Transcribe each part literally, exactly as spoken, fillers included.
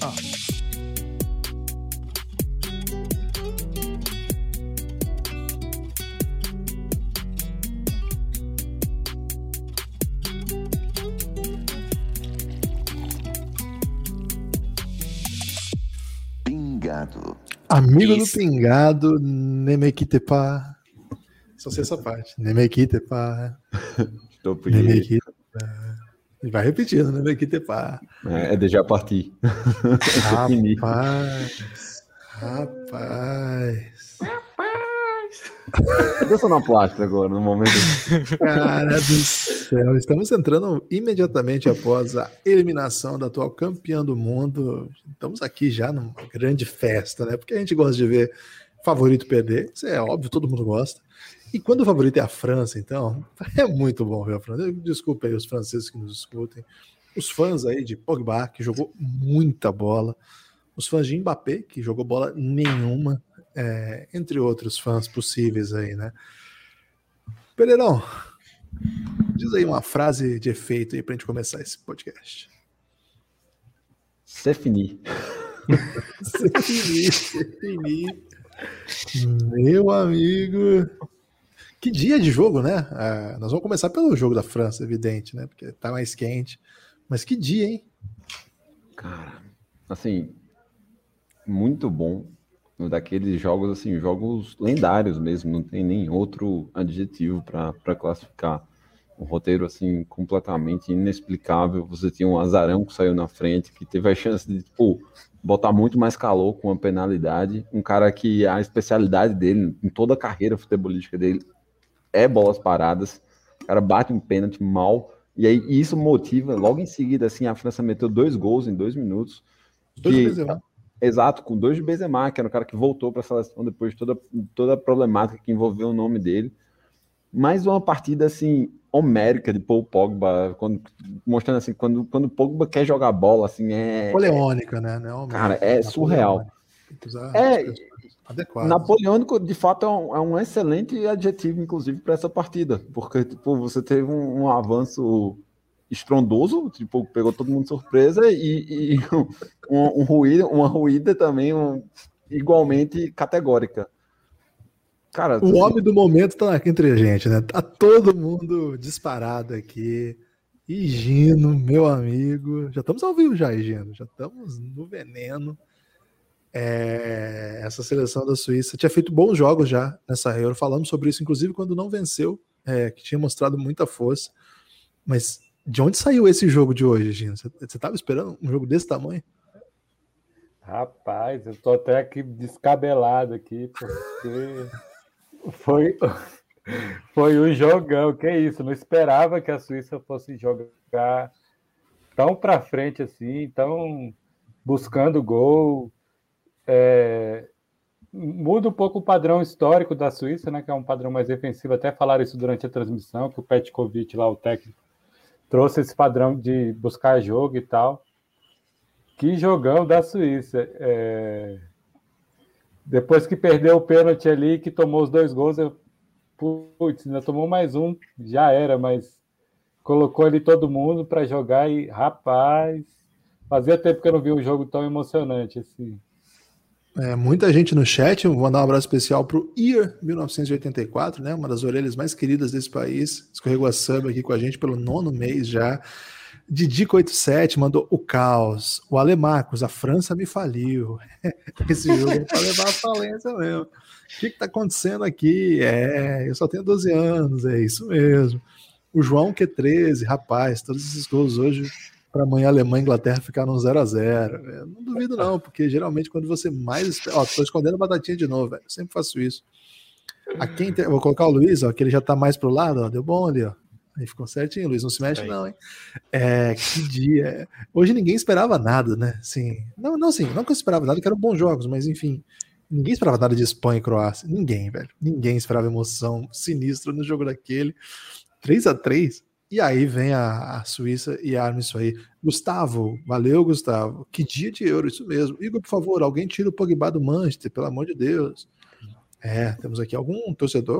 Ah. Pingado. Amigo Isso. do Pingado, Nemekitepa. Só sei essa parte. Nemekitepa. Tô porque... Nemekitepa. E vai repetindo, Nemekitepa. É, é déjà parti. Rapaz. Rapaz. Cadê sonoplasta agora, no momento? Cara do céu. Estamos entrando imediatamente após a eliminação da atual campeã do mundo. Estamos aqui já numa grande festa, né? Porque a gente gosta de ver favorito perder. Isso é óbvio, todo mundo gosta. E quando o favorito é a França, então, é muito bom ver a França. Desculpa aí os franceses que nos escutem. Os fãs aí de Pogba, que jogou muita bola. Os fãs de Mbappé, que jogou bola nenhuma. É, entre outros fãs possíveis aí, né? Pereirão, diz aí uma frase de efeito aí pra gente começar esse podcast. C'est fini. C'est fini, c'est fini. Meu amigo. Que dia de jogo, né? Ah, nós vamos começar pelo jogo da França, evidente, né? Porque tá mais quente. Mas que dia, hein? Cara, assim, muito bom. Daqueles jogos, assim, jogos lendários mesmo, não tem nem outro adjetivo para classificar. Um roteiro, assim, completamente inexplicável. Você tinha um azarão que saiu na frente, que teve a chance de, tipo, botar muito mais calor com uma penalidade. Um cara que a especialidade dele, em toda a carreira futebolística dele, é bolas paradas. O cara bate um pênalti mal, e aí isso motiva, logo em seguida, assim, a França meteu dois gols em dois minutos. Dois que... Benzema. Exato, com dois de Benzema, que era um cara que voltou para a seleção depois de toda, toda a problemática que envolveu o nome dele. Mais uma partida, assim, homérica de Paul Pogba, quando, mostrando assim, quando, quando o Pogba quer jogar bola, assim, é... Napoleônica, né? Não, cara, é surreal. É, adequado. Napoleônico, de fato, é um, é um excelente adjetivo, inclusive, para essa partida, porque, tipo, você teve um, um avanço estrondoso, tipo, pegou todo mundo de surpresa e, e um, um ruído, uma ruída também um, igualmente categórica. Cara, o assim, homem do momento tá aqui entre a gente, né? Tá todo mundo disparado aqui. Higino, meu amigo. Já estamos ao vivo já, Higino. Já estamos no veneno. É... Essa seleção da Suíça tinha feito bons jogos já nessa Euro. Falamos sobre isso, inclusive, quando não venceu, é, que tinha mostrado muita força. Mas de onde saiu esse jogo de hoje, Gino? Você estava esperando um jogo desse tamanho? Rapaz, eu tô até aqui descabelado aqui, porque foi, foi um jogão, que isso, não esperava que a Suíça fosse jogar tão para frente assim, tão buscando gol. É, muda um pouco o padrão histórico da Suíça, né, que é um padrão mais defensivo, até falaram isso durante a transmissão, que o Petkovic lá, o técnico, trouxe esse padrão de buscar jogo e tal. Que jogão da Suíça. É... Depois que perdeu o pênalti ali, que tomou os dois gols, eu... putz, ainda tomou mais um, já era, mas colocou ali todo mundo para jogar e, rapaz, fazia tempo que eu não vi um jogo tão emocionante assim. É, muita gente no chat, vou mandar um abraço especial pro Year mil novecentos e oitenta e quatro, né, uma das orelhas mais queridas desse país, escorregou a sub aqui com a gente pelo nono mês já. Didico oitenta e sete mandou o caos, o Alemarcos, a França me faliu. Esse jogo é para levar a falência mesmo. O que que tá acontecendo aqui? É, eu só tenho doze anos, é isso mesmo. O João Q treze, rapaz, todos esses gols hoje para amanhã Alemanha e Inglaterra ficar no zero a zero. Eu não duvido não, porque geralmente quando você mais espera... Ó, tô escondendo a batatinha de novo, velho. Eu sempre faço isso. A quem tem... Vou colocar o Luiz, ó, que ele já tá mais pro lado, ó. Deu bom ali, ó. Aí ficou certinho, Luiz. Não se mexe, não, hein? É, que dia. Hoje ninguém esperava nada, né? Assim, não, não, assim, não que eu esperava nada, que eram bons jogos, mas enfim. Ninguém esperava nada de Espanha e Croácia. Ninguém, velho. Ninguém esperava emoção sinistra no jogo daquele. três a três. E aí vem a, a Suíça e arma isso aí. Gustavo, valeu, Gustavo. Que dia de Euro, isso mesmo. Igor, por favor, alguém tira o Pogba do Manchester, pelo amor de Deus. É, temos aqui algum torcedor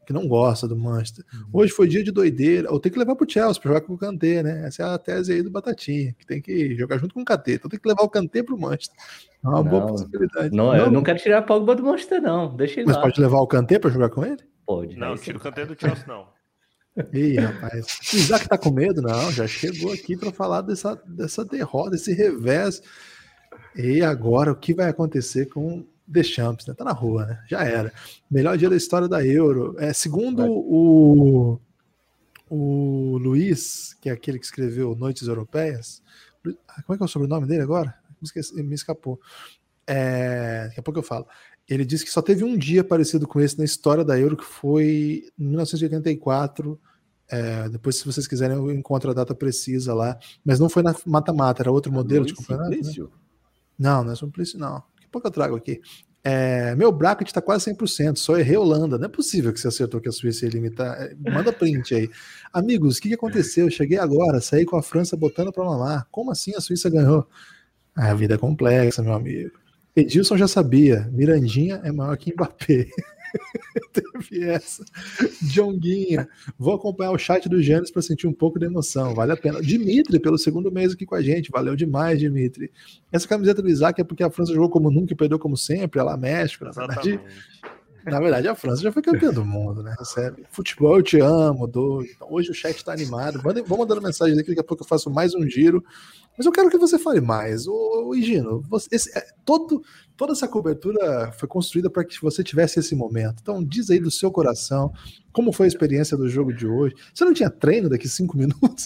que não gosta do Manchester. Hoje foi dia de doideira, ou tem que levar pro Chelsea para jogar com o Kanté, né? Essa é a tese aí do Batatinha, que tem que jogar junto com o Kanté. Então tem que levar o Kanté pro Manchester. É uma não, boa possibilidade. Não, não, eu não quero tirar a Pogba do Manchester, não. Deixa ele Mas lá. pode levar o Kanté para jogar com ele? Pode. Não, tira o Kanté do Chelsea, não. Ih, rapaz. O Isaac tá com medo? Não, já chegou aqui para falar dessa, dessa derrota, desse revés. E agora, o que vai acontecer com Deschamps, né? Tá na rua, né? Já era. Melhor dia da história da Euro. É, segundo o, o Luiz, que é aquele que escreveu Noites Europeias. Como é que é o sobrenome dele agora? Me, esqueci, me escapou. É, daqui a pouco eu falo. Ele disse que só teve um dia parecido com esse na história da Euro, que foi em mil novecentos e oitenta e quatro. É, depois, se vocês quiserem, eu encontro a data precisa lá. Mas não foi na mata-mata, era outro ah, modelo de campeonato. Né? Não, não é Suplício, não. Daqui a pouco eu trago aqui. É, meu bracket está quase cem por cento, só errei Holanda. Não é possível que você acertou que a Suíça ia limitar. Manda print aí. Amigos, o que, que aconteceu? Eu cheguei agora, saí com a França botando para mamar. Como assim a Suíça ganhou? Ah, a vida é complexa, meu amigo. Edilson já sabia. Mirandinha é maior que Mbappé. Teve essa. Jonguinha. Vou acompanhar o chat do Gênesis para sentir um pouco de emoção. Vale a pena. Dimitri, pelo segundo mês aqui com a gente. Valeu demais, Dimitri. Essa camiseta do Isaac é porque a França jogou como nunca e perdeu como sempre. Ela México, na verdade. Na verdade, a França já foi campeã do mundo, né? Sério. Futebol, eu te amo, doido. Então, hoje o chat está animado. Vão mandando mensagem aqui, daqui a pouco eu faço mais um giro. Mas eu quero que você fale mais. Ô, ô Higino, você, esse, é, todo, toda essa cobertura foi construída para que você tivesse esse momento. Então, diz aí do seu coração, como foi a experiência do jogo de hoje. Você não tinha treino daqui cinco minutos?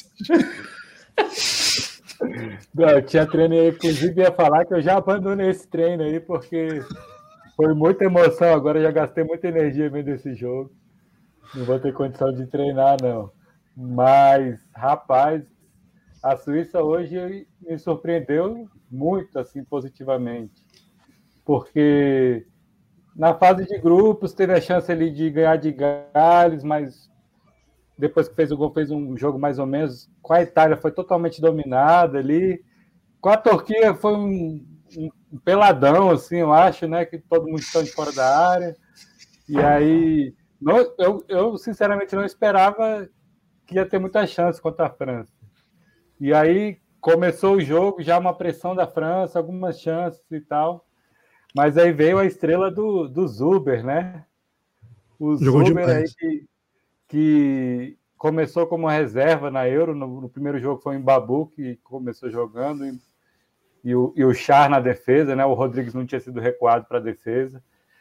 Não, eu tinha treino aí, inclusive ia falar que eu já abandonei esse treino aí, porque foi muita emoção. Agora eu já gastei muita energia vendo esse jogo. Não vou ter condição de treinar, não. Mas, rapaz, a Suíça hoje me surpreendeu muito, assim, positivamente. Porque na fase de grupos teve a chance ali de ganhar de Gales, mas depois que fez o gol, fez um jogo mais ou menos. Com a Itália foi totalmente dominada ali. Com a Turquia foi um, um, um peladão, assim, eu acho, né? Que todo mundo está de fora da área. E aí, não, eu, eu sinceramente não esperava que ia ter muita chance contra a França. E aí começou o jogo, já uma pressão da França, algumas chances e tal. Mas aí veio a estrela do, do Zuber, né? O Jogou Zuber demais. aí que, que começou como reserva na Euro. No, no primeiro jogo foi o Mbabu que começou jogando. E, e, o, e o Char na defesa, né? O Rodrigues não tinha sido recuado para a defesa.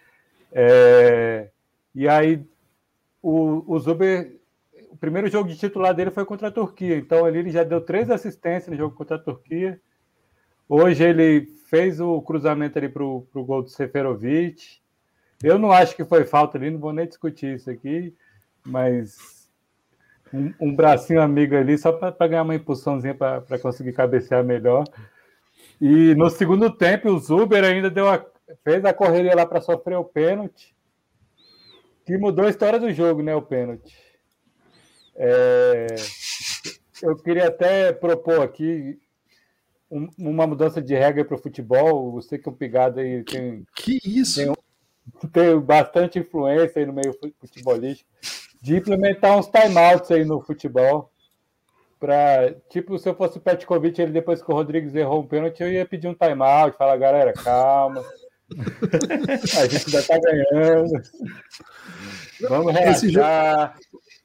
É, e aí o, o Zuber... O primeiro jogo de titular dele foi contra a Turquia. Então, ali ele já deu três assistências no jogo contra a Turquia. Hoje ele fez o cruzamento ali para o gol do Seferovic. Eu não acho que foi falta ali, não vou nem discutir isso aqui, mas um, um bracinho amigo ali só para ganhar uma impulsãozinha para conseguir cabecear melhor. E no segundo tempo, o Zuber ainda deu a, fez a correria lá para sofrer o pênalti, que mudou a história do jogo, né, o pênalti. É, eu queria até propor aqui um, uma mudança de regra para o futebol. Eu sei que o Pigado aí tem, que isso? Tem, tem bastante influência aí no meio futebolístico, de implementar uns timeouts aí no futebol. Pra, tipo, se eu fosse o Petkovic, ele depois que o Rodrigues errou um pênalti, eu ia pedir um timeout, falar, galera, calma. A gente ainda tá ganhando. Vamos relaxar.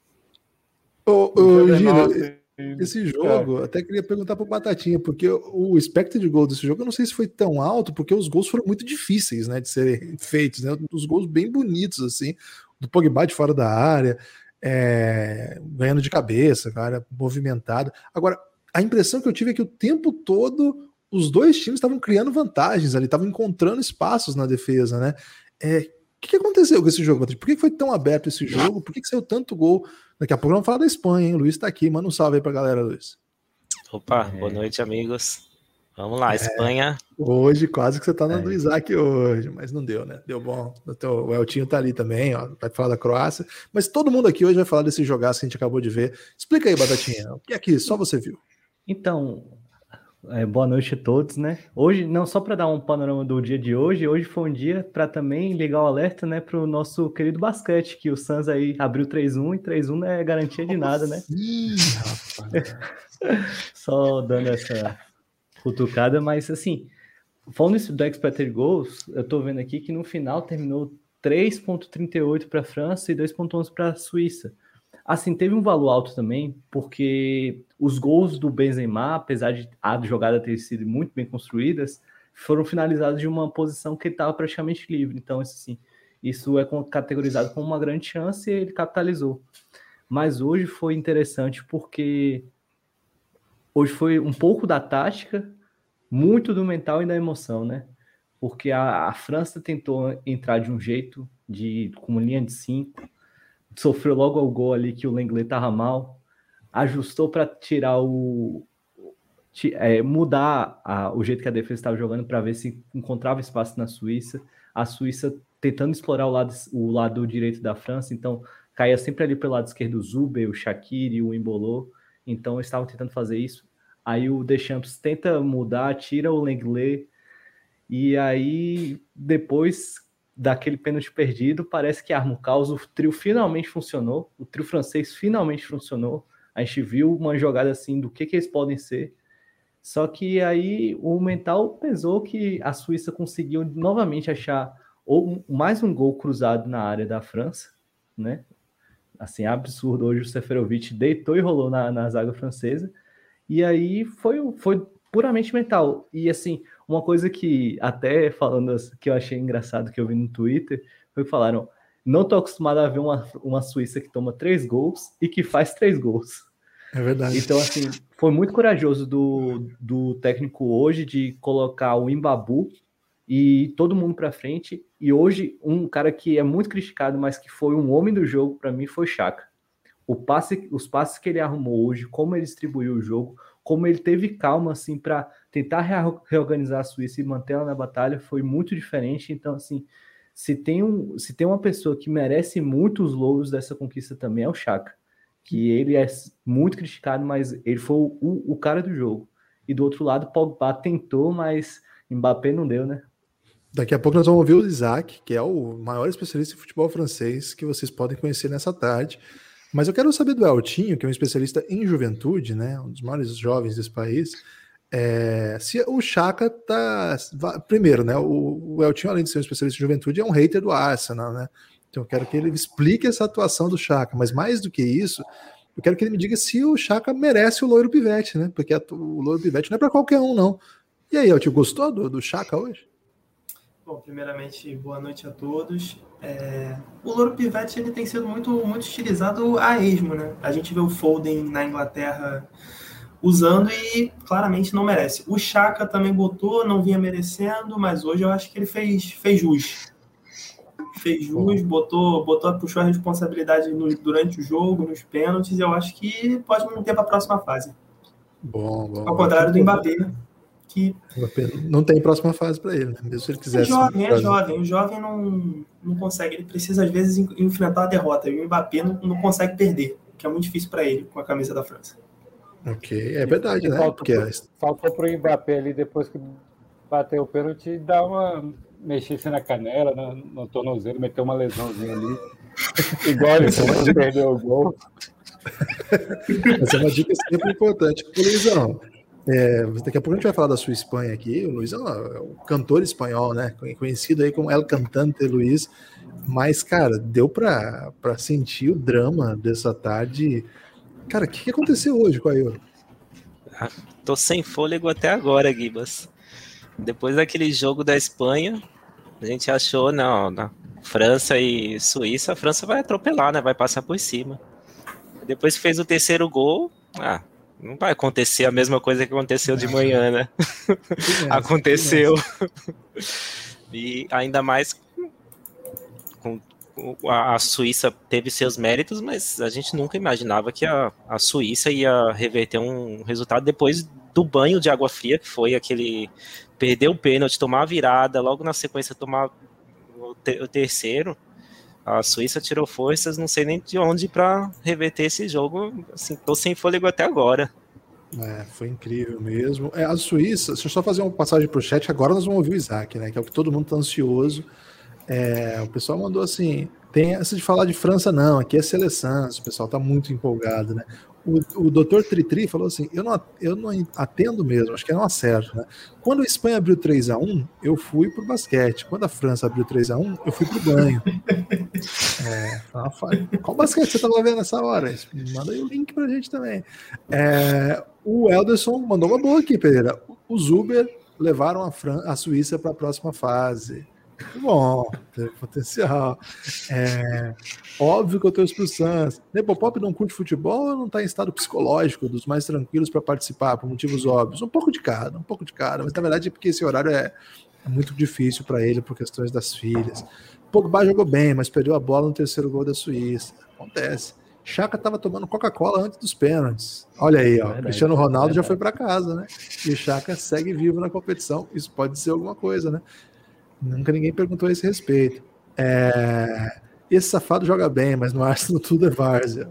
Ô, ô, Gino, esse jogo, até queria perguntar para o Batatinha, porque o expected goal desse jogo, eu não sei se foi tão alto, porque os gols foram muito difíceis, né, de serem feitos, né, os gols bem bonitos, assim, do Pogba de fora da área, é, ganhando de cabeça, cara, movimentado. Agora, a impressão que eu tive é que o tempo todo os dois times estavam criando vantagens ali, estavam encontrando espaços na defesa, né, é, o que, que aconteceu com esse jogo, Patrícia? Por que, que foi tão aberto esse jogo? Por que, que saiu tanto gol? Daqui a pouco vamos falar da Espanha, hein? O Luiz tá aqui, manda um salve aí pra galera, Luiz. Opa, é. Boa noite, amigos. Vamos lá, é, Espanha. Hoje, quase que você tá na é. do Isaac hoje, mas não deu, né? Deu bom. O Eltinho tá ali também, ó, vai falar da Croácia. Mas todo mundo aqui hoje vai falar desse jogaço que a gente acabou de ver. Explica aí, Batatinha, o que é que só você viu? Então, É, boa noite a todos, né? Hoje, não só para dar um panorama do dia de hoje, hoje foi um dia para também ligar o alerta, né, para o nosso querido basquete, que o Suns aí abriu três a um e três a um não é garantia de nada, né? Ih, rapaz. Só dando essa cutucada, mas assim, falando isso do expected goals, eu tô vendo aqui que no final terminou três ponto trinta e oito para a França e dois ponto onze para a Suíça. Assim, teve um valor alto também, porque os gols do Benzema, apesar de a jogada ter sido muito bem construídas, foram finalizados de uma posição que ele estava praticamente livre. Então, assim, isso é categorizado como uma grande chance e ele capitalizou. Mas hoje foi interessante porque hoje foi um pouco da tática, muito do mental e da emoção, né? Porque a, a França tentou entrar de um jeito, de como linha de cinco, sofreu logo o gol ali que o Lenglet estava mal, ajustou para tirar o... É, mudar a, o jeito que a defesa estava jogando para ver se encontrava espaço na Suíça. A Suíça tentando explorar o lado, o lado direito da França, então caía sempre ali pelo lado esquerdo o Zubel, o Shaqiri, o Embolo, então eles estavam tentando fazer isso. Aí o Deschamps tenta mudar, tira o Lenglet, e aí depois daquele pênalti perdido, parece que arma o caos, o trio finalmente funcionou, o trio francês finalmente funcionou, a gente viu uma jogada assim do que, que eles podem ser, só que aí o mental pesou que a Suíça conseguiu novamente achar ou mais um gol cruzado na área da França, né? Assim, absurdo, hoje o Seferovic deitou e rolou na, na zaga francesa, e aí foi, foi puramente mental, e assim, uma coisa que até falando que eu achei engraçado que eu vi no Twitter, foi que falaram, não tô acostumado a ver uma, uma Suíça que toma três gols e que faz três gols. É verdade. Então, assim, foi muito corajoso do, do técnico hoje de colocar o Mbabu e todo mundo para frente, e hoje um cara que é muito criticado, mas que foi um homem do jogo para mim foi Xhaka. O passe, os passes que ele arrumou hoje, como ele distribuiu o jogo, como ele teve calma assim para tentar reorganizar a Suíça e manter ela na batalha, foi muito diferente. Então, assim, se tem, um, se tem uma pessoa que merece muito os louros dessa conquista também é o Xhaka, que ele é muito criticado, mas ele foi o, o cara do jogo. E do outro lado, Pogba tentou, mas Mbappé não deu, né? Daqui a pouco nós vamos ouvir o Isaac, que é o maior especialista em futebol francês que vocês podem conhecer nessa tarde. Mas eu quero saber do Eltinho, que é um especialista em juventude, né, um dos maiores jovens desse país, é, se o Xhaka tá... Primeiro, né, o, o Eltinho, além de ser um especialista em juventude, é um hater do Arsenal, né? Então eu quero que ele explique essa atuação do Xhaka, mas mais do que isso, eu quero que ele me diga se o Xhaka merece o loiro pivete, né? Porque a, o loiro pivete não é para qualquer um, não. E aí, Eltinho, gostou do, do Xhaka hoje? Bom, primeiramente, boa noite a todos. É... O louro pivete ele tem sido muito, muito utilizado a esmo, né? A gente vê o Foden na Inglaterra usando e claramente não merece. O Xhaka também botou, não vinha merecendo, mas hoje eu acho que ele fez, fez jus. Fez jus, botou, botou, puxou a responsabilidade no, durante o jogo, nos pênaltis, e eu acho que pode manter para a próxima fase. Bom, bom. Ao contrário do Mbappé, que... Não tem próxima fase para ele, né? Mesmo se ele quisesse. É jovem, é jovem. O jovem não, não consegue, ele precisa às vezes enfrentar a derrota, e o Mbappé não, não consegue perder, que é muito difícil para ele com a camisa da França. Ok, é verdade, e né? Faltou, Porque... faltou pro Mbappé ali, depois que bateu o pênalti, dar uma mexer na canela, no, no tornozelo, meter uma lesãozinha ali. Igual ele foi, perdeu o gol. Essa é uma dica sempre importante. Ô, Luizão, é, daqui a pouco a gente vai falar da sua Espanha aqui. O Luizão é um cantor espanhol, né? Conhecido aí como El Cantante Luiz. Mas, cara, deu pra, pra sentir o drama dessa tarde. Cara, o que, que aconteceu hoje com a Euro? Ah, tô sem fôlego até agora, Guibas. Depois daquele jogo da Espanha, a gente achou, não, na França e Suíça, a França vai atropelar, né? Vai passar por cima. Depois que fez o terceiro gol, ah, não vai acontecer a mesma coisa que aconteceu de manhã, né? É, aconteceu. E ainda mais com a Suíça teve seus méritos, mas a gente nunca imaginava que a, a Suíça ia reverter um resultado depois do banho de água fria, que foi aquele perder o pênalti, tomar a virada, logo na sequência tomar o, te, o terceiro. A Suíça tirou forças, não sei nem de onde para reverter esse jogo. Assim, tô sem fôlego até agora. É, foi incrível mesmo. É, a Suíça, deixa eu só fazer uma passagem para o chat, agora nós vamos ouvir o Isaac, né? Que é o que todo mundo está ansioso. É, o pessoal mandou assim: tem essa de falar de França, não, aqui é seleção, o pessoal está muito empolgado, né? O, o doutor Tritri falou assim: eu não, eu não atendo mesmo, acho que não acerto, né? Quando a Espanha abriu três a um, eu fui pro basquete. Quando a França abriu três a um, eu fui pro banho. É, qual basquete você estava vendo nessa hora? Manda aí o link pra gente também. É, o Elderson mandou uma boa aqui, Pereira. Os Uber levaram a, Fran- a Suíça para a próxima fase. Bom, teve potencial. É, óbvio que eu torço pro Suns. Nepopop não curte futebol ou não está em estado psicológico dos mais tranquilos para participar, por motivos óbvios? Um pouco de cada, um pouco de cada. Mas na verdade é porque esse horário é, é muito difícil para ele por questões das filhas. Pogba jogou bem, mas perdeu a bola no terceiro gol da Suíça. Acontece. Chaka estava tomando Coca-Cola antes dos pênaltis. Olha aí, ó. Verdade, Cristiano Ronaldo verdade. já foi para casa, né? E o Chaka segue vivo na competição. Isso pode ser alguma coisa, né? Nunca ninguém perguntou a esse respeito. É... Esse safado joga bem, mas no Arsenal tudo é várzea.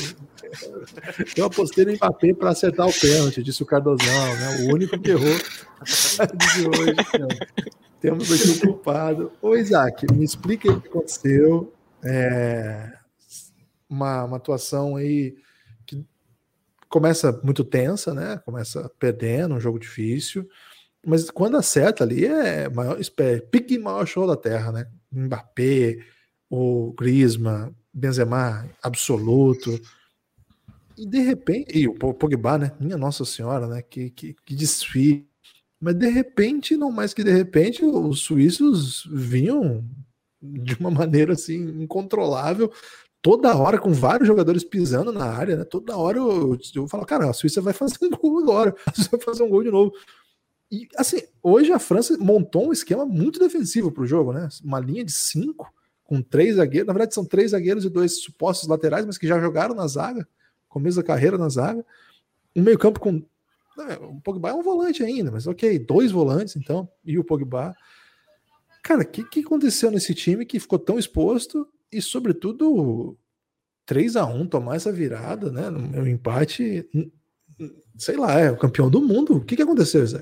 Eu apostei no Mbappé para acertar o pênalti, disse o Cardozão, né? O único que errou de hoje. Não. Temos aqui o culpado. Ô, Isaac, me explica o que aconteceu. É... Uma, uma atuação aí que começa muito tensa, né? Começa perdendo, um jogo difícil. Mas quando acerta ali é maior, é pique maior show da terra, né? Mbappé, o Griezmann, Benzema absoluto. E de repente, e o Pogba, né? Minha Nossa Senhora, né? Que, que, que desfile. Mas de repente, não mais que de repente, os suíços vinham de uma maneira assim incontrolável, toda hora com vários jogadores pisando na área, né? Toda hora eu, eu falo, cara, a Suíça vai fazer um gol agora, a Suíça vai fazer um gol de novo. E assim, hoje a França montou um esquema muito defensivo para o jogo, né? Uma linha de cinco com três zagueiros, na verdade são três zagueiros e dois supostos laterais, mas que já jogaram na zaga, começo da carreira na zaga. Um meio-campo com o Pogba é um volante ainda, mas ok, dois volantes então, e o Pogba. Cara, o que, que aconteceu nesse time que ficou tão exposto e, sobretudo, três a um, tomar essa virada, né? No meu empate, sei lá, é o campeão do mundo. O que, que aconteceu, Zé?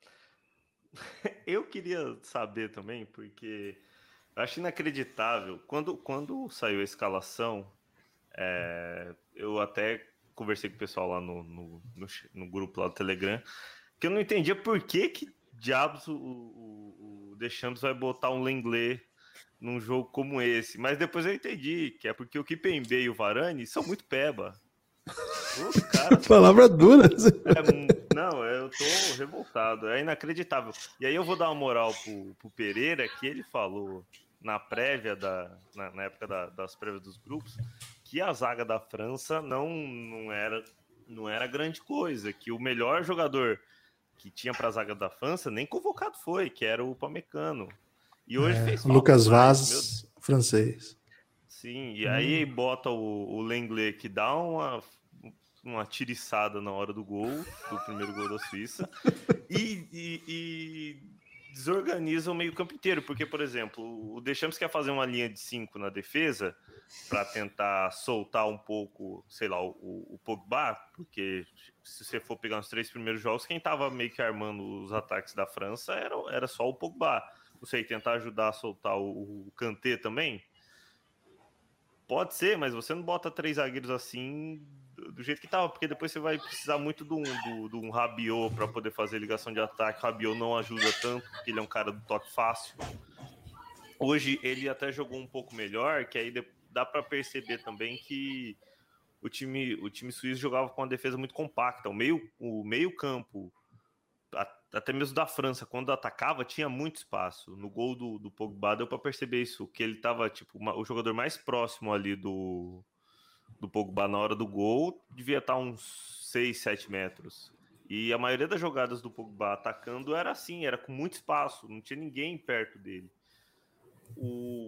Eu queria saber também, porque eu acho inacreditável. Quando, quando saiu a escalação, é, eu até conversei com o pessoal lá no, no, no, no grupo lá do Telegram, que eu não entendia por que que diabos o, o, o Deschamps vai botar um Lenglet num jogo como esse. Mas depois eu entendi, que é porque o Kimpembe e o Varane são muito peba. Os caras... Palavra dura. É, não, eu tô revoltado, é inacreditável. E aí eu vou dar uma moral pro, pro Pereira, que ele falou na prévia, da, na, na época da, das prévias dos grupos, que a zaga da França não, não, era, não era grande coisa, que o melhor jogador que tinha para a zaga da França nem convocado foi, que era o Pamecano. E hoje é, fez o Lucas Vaz, meu... francês. Sim, e aí hum. bota o, o Lenglet, que dá uma, uma tiriçada na hora do gol, do primeiro gol da Suíça, e, e, e desorganiza o meio campo inteiro, porque, por exemplo, o Deschamps quer fazer uma linha de cinco na defesa para tentar soltar um pouco, sei lá, o, o Pogba, porque se você for pegar os três primeiros jogos, quem estava meio que armando os ataques da França era, era só o Pogba. Não sei, tentar ajudar a soltar o, o Kanté também? Pode ser, mas você não bota três zagueiros assim do, do jeito que tava, porque depois você vai precisar muito de um, do, do um Rabiot para poder fazer ligação de ataque. O Rabiot não ajuda tanto, porque ele é um cara do toque fácil. Hoje ele até jogou um pouco melhor, que aí dá para perceber também que o time, o time suíço jogava com uma defesa muito compacta. O meio, o meio campo, até mesmo da França, quando atacava, tinha muito espaço. No gol do, do Pogba deu para perceber isso, que ele estava tipo, uma, o jogador mais próximo ali do, do Pogba na hora do gol, devia estar uns seis, sete metros. E a maioria das jogadas do Pogba atacando era assim, era com muito espaço, não tinha ninguém perto dele. O...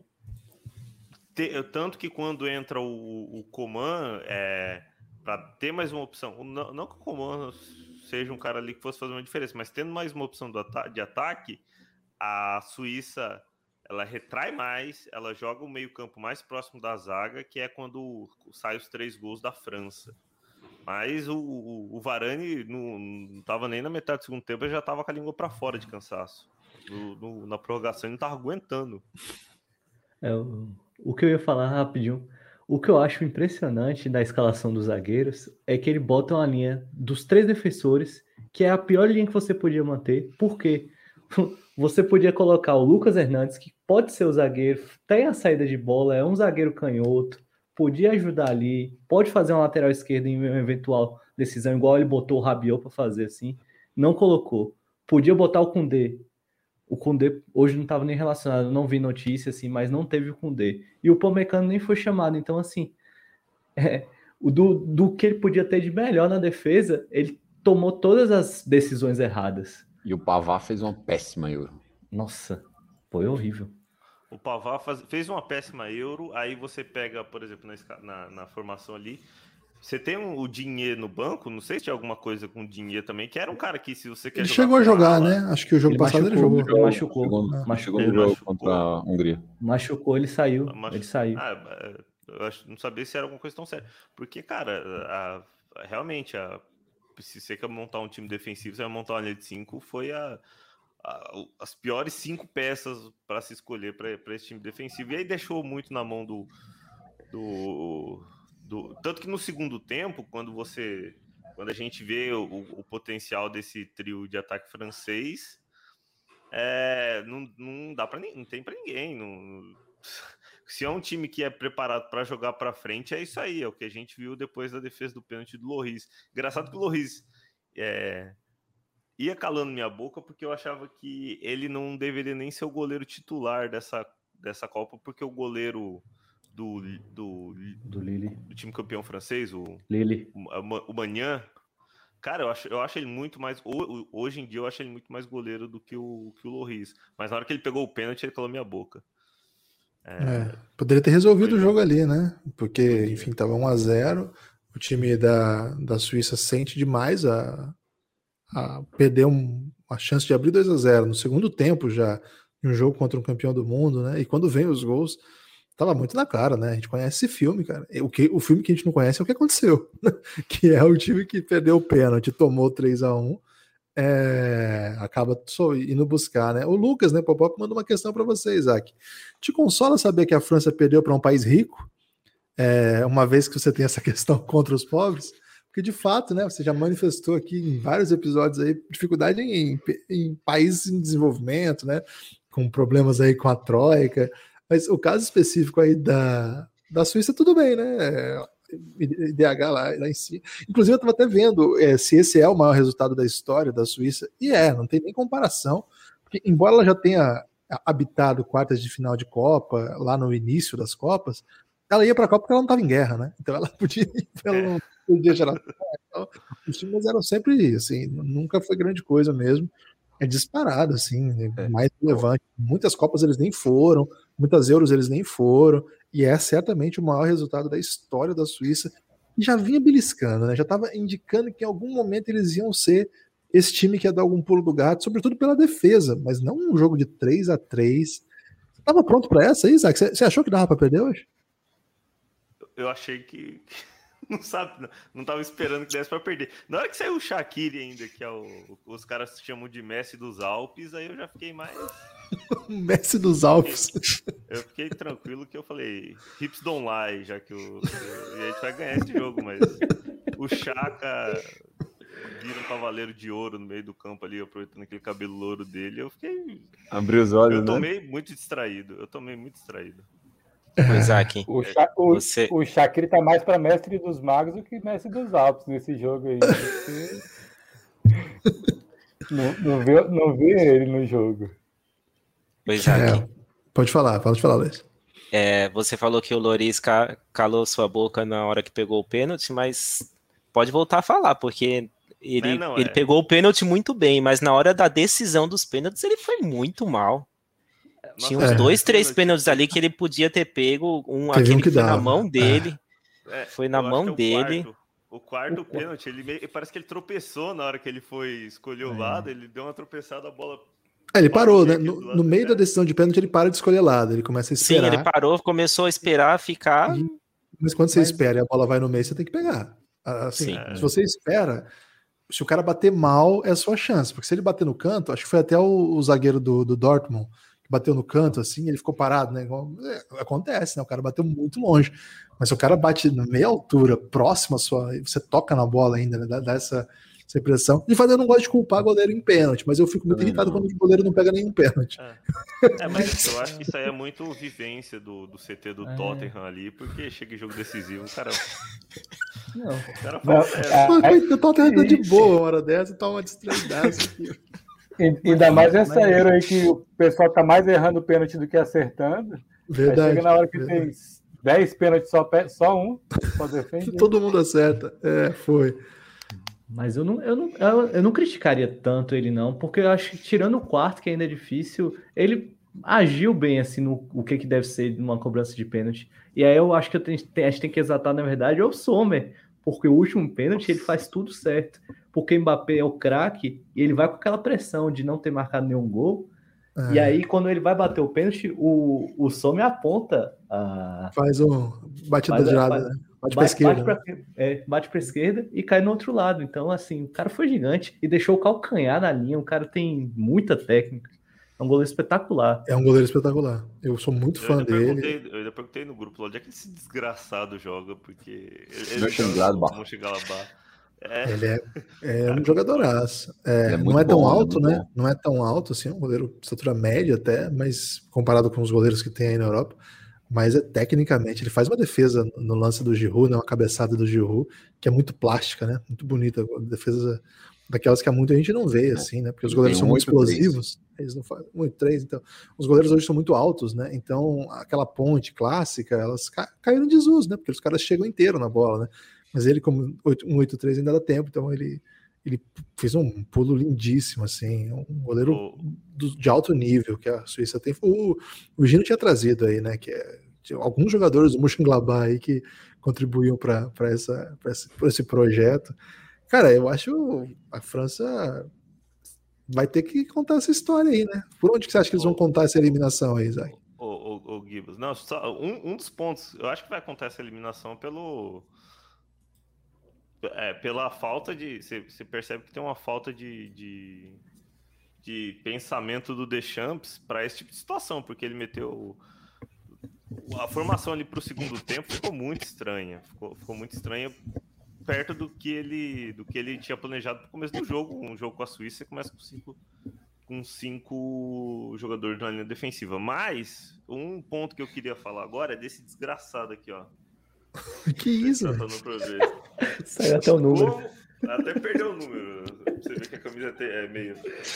Tanto que quando entra o, o Coman, é, para ter mais uma opção, não, não que o Coman seja um cara ali que fosse fazer uma diferença, mas tendo mais uma opção do ata- de ataque, a Suíça, ela retrai mais, ela joga o meio campo mais próximo da zaga, que é quando sai os três gols da França. Mas o, o, o Varane não, não tava nem na metade do segundo tempo, ele já tava com a língua para fora de cansaço. No, no, na prorrogação ele não tava aguentando. É, o, o que eu ia falar rapidinho, o que eu acho impressionante da escalação dos zagueiros é que ele bota uma linha dos três defensores, que é a pior linha que você podia manter. Por quê? Você podia colocar o Lucas Hernandes, que pode ser o zagueiro, tem a saída de bola, é um zagueiro canhoto, podia ajudar ali, pode fazer uma lateral esquerda em uma eventual decisão, igual ele botou o Rabiot para fazer assim, não colocou. Podia botar o Koundé. O Koundé hoje não estava nem relacionado, não vi notícia assim, mas não teve o Koundé. E o Upamecano nem foi chamado, então assim, é, do, do que ele podia ter de melhor na defesa, ele tomou todas as decisões erradas. E o Pavard fez uma péssima Euro. Nossa, foi horrível. O Pavard faz, fez uma péssima Euro, aí você pega, por exemplo, na, na, na formação ali, você tem um, o Digne no banco, não sei se tinha alguma coisa com o Digne também, que era um cara que se você quer Ele jogar chegou a jogar, ala, né? Acho que o jogo ele passado machucou, ele jogou. Ele machucou. Chegou, Ah. machucou Ele no jogo machucou. contra a Hungria. Machucou, ele saiu. Machu... Ele saiu. Ah, eu acho, não sabia se era alguma coisa tão séria. Porque, cara, a, a, realmente, a, se você quer montar um time defensivo, você vai montar uma linha de cinco, foi a, a, as piores cinco peças para se escolher para esse time defensivo. E aí deixou muito na mão do, do, do... Tanto que no segundo tempo, quando você... Quando a gente vê o, o potencial desse trio de ataque francês, é, não, não dá para não tem para ninguém. Não, se é um time que é preparado para jogar para frente, é isso aí. É o que a gente viu depois da defesa do pênalti do Lloris. Engraçado que o Lloris é, ia calando minha boca porque eu achava que ele não deveria nem ser o goleiro titular dessa, dessa Copa, porque o goleiro do, do, Do Lille. do time campeão francês, o, Lille. o, o Magnan, cara, eu acho, eu acho ele muito mais... Hoje em dia eu acho ele muito mais goleiro do que o, que o Lloris. Mas na hora que ele pegou o pênalti, ele calou minha boca. É, É, poderia ter resolvido foi o jogo ali, né? Porque, Podia. enfim, tava um a zero. O time da, da Suíça sente demais a, a perder um, a chance de abrir dois a zero no segundo tempo já, em um jogo contra um campeão do mundo, né? E quando vem os gols, tava muito na cara, né? A gente conhece esse filme, cara. O, que, o filme que a gente não conhece é o que aconteceu, que é o time que perdeu o pênalti, tomou três a um, é, acaba só indo buscar, né? O Lucas, né, Popop, manda uma questão para você, Isaac. Te consola saber que a França perdeu para um país rico, é, uma vez que você tem essa questão contra os pobres? Porque, de fato, né, você já manifestou aqui em vários episódios aí dificuldade em, em países em desenvolvimento, né, com problemas aí com a Troika, mas o caso específico aí da, da Suíça, tudo bem, né? I D H lá, lá em si. Inclusive, eu estava até vendo é, se esse é o maior resultado da história da Suíça, e é, não tem nem comparação, porque embora ela já tenha habitado quartas de final de Copa, lá no início das Copas, ela ia para a Copa porque ela não estava em guerra, né? Então ela podia, ela não podia gerar. Então, os times eram sempre assim, nunca foi grande coisa mesmo. É disparado, assim, é mais relevante. Muitas Copas eles nem foram, muitas Euros eles nem foram, e é certamente o maior resultado da história da Suíça. E já vinha beliscando, né? Já estava indicando que em algum momento eles iam ser esse time que ia dar algum pulo do gato, sobretudo pela defesa, mas não um jogo de três a três. Você estava pronto para essa, Isaac? Você achou que dava para perder hoje? Eu achei que... Não sabe, não tava esperando que desse pra perder. Na hora que saiu o Shaqiri ainda, que é o, os caras chamam de Messi dos Alpes, aí eu já fiquei mais... Messi dos Alpes. Eu fiquei tranquilo que eu falei, hips don't lie, já que o, o, e a gente vai ganhar esse jogo, mas o Chaka vira um cavaleiro de ouro no meio do campo ali, aproveitando aquele cabelo louro dele, eu fiquei... Abriu os olhos, Eu tomei né? muito distraído, eu tomei muito distraído. O Isaac, O, Sha o, você... o Shaqiri tá mais para mestre dos magos do que mestre dos Alpes nesse jogo aí. não, não, vi, não vi ele no jogo. O Isaac, É, pode falar, pode falar, Luiz. é, você falou que o Lloris ca calou sua boca na hora que pegou o pênalti, mas pode voltar a falar, porque ele, É, não, ele é. pegou o pênalti muito bem, mas na hora da decisão dos pênaltis ele foi muito mal. Tinha uns é. dois, três pênaltis ali que ele podia ter pego, um, Teve aquele um que que foi dava. na mão dele, É, foi na eu acho mão que é o dele. Quarto, o quarto pênalti, ele meio, parece que ele tropeçou na hora que ele foi escolher o lado, ele deu uma tropeçada, a bola... É, ele parou, né? aqui No, do lado no meio dele. da decisão de pênalti, ele para de escolher lado, ele começa a Sim, esperar. ele parou, começou a esperar ficar. Mas quando você Mas- espera e a bola vai no meio, você tem que pegar. Assim, Sim. se você espera, se o cara bater mal, é a sua chance. Porque se ele bater no canto, acho que foi até o, o zagueiro do, do Dortmund, que bateu no canto, assim, ele ficou parado, né? É, acontece, né? O cara bateu muito longe. Mas se o cara bate na meia altura, próximo à sua, você toca na bola ainda, né? Dá, dá essa, essa impressão. De fato, eu não gosto de culpar goleiro em pênalti, mas eu fico muito Também irritado não. quando o goleiro não pega nenhum pênalti. É. É, mas eu acho que isso aí é muito vivência do, do C T do É. Tottenham ali, porque chega em jogo decisivo, o cara, Não. o cara Não, fala sério. Mas eu tô até de boa uma hora dessa, tá uma distraidaça aqui. E- Ainda mais essa Euro aí que o pessoal tá mais errando o pênalti do que acertando. Aí Verdade. chega na hora que verdade. tem dez pênaltis, só, pe- só um, só defende. Todo mundo acerta. É, foi. Mas eu não, eu, não, eu, eu não criticaria tanto ele, não, porque eu acho que, tirando o quarto, que ainda é difícil, ele agiu bem, assim, no o que, que deve ser numa cobrança de pênalti. E aí eu acho que eu tenho, a gente tem que exaltar, na verdade, é o Sommer, porque o último pênalti ele faz tudo certo. Porque o Mbappé é o craque e ele vai com aquela pressão de não ter marcado nenhum gol. É, E aí, quando ele vai bater o pênalti, o, o Sommer aponta a. faz um batida Faz a- girada, faz- né? Bate pra esquerda. Bate pra, é, bate pra esquerda e cai no outro lado. Então, assim, o cara foi gigante e deixou o calcanhar na linha. O cara tem muita técnica. É um goleiro espetacular. É um goleiro espetacular. Eu sou muito Eu fã ainda, dele. perguntei, eu ainda perguntei no grupo lá onde é que esse desgraçado joga, porque ele, ele Mönchengladbach. joga no Mönchengladbach. É, Ele é, é um jogadoraço. É, Ele é não muito é tão bom, ele é alto, muito né? bom. Não é tão alto assim, é um goleiro de estatura média até, mas comparado com os goleiros que tem aí na Europa. Mas é tecnicamente, ele faz uma defesa no lance do Giroud, né? Uma cabeçada do Giroud, que é muito plástica, né? Muito bonita. Defesa daquelas que há muita gente não vê, assim, né? Porque os Ele goleiros tem são um muito oito três. explosivos. Eles não fazem um oito três, então. Os goleiros hoje são muito altos, né? Então, aquela ponte clássica, elas ca caíram em desuso, né? Porque os caras chegam inteiro na bola, né? Mas ele, como um oito três, ainda dá tempo, então ele, ele fez um pulo lindíssimo, assim, um goleiro O- do- de alto nível que a Suíça tem. O, o Gino tinha trazido aí, né? Que é, tinha alguns jogadores do Mönchengladbach aí que contribuíam para essa, pra esse, pra esse projeto. Cara, eu acho a França vai ter que contar essa história aí, né? Por onde que você acha que eles vão contar essa eliminação aí, Isaac? o, o, o Gibbs. Não, só um, um dos pontos. Eu acho que vai acontecer a eliminação pelo. É, pela falta de. Você, você percebe que tem uma falta de, de, de pensamento do Deschamps para esse tipo de situação, porque ele meteu. A formação ali para o segundo tempo ficou muito estranha. Ficou, ficou muito estranha perto do que ele, do que ele tinha planejado para o começo do jogo. Um jogo com a Suíça, você começa com cinco, com cinco jogadores na linha defensiva. Mas um ponto que eu queria falar agora é desse desgraçado aqui, ó. Que isso, Tá velho? dando pra ver. Saiu até o número. Como- Até perdeu o número. Pra você ver que a camisa tem- é meio.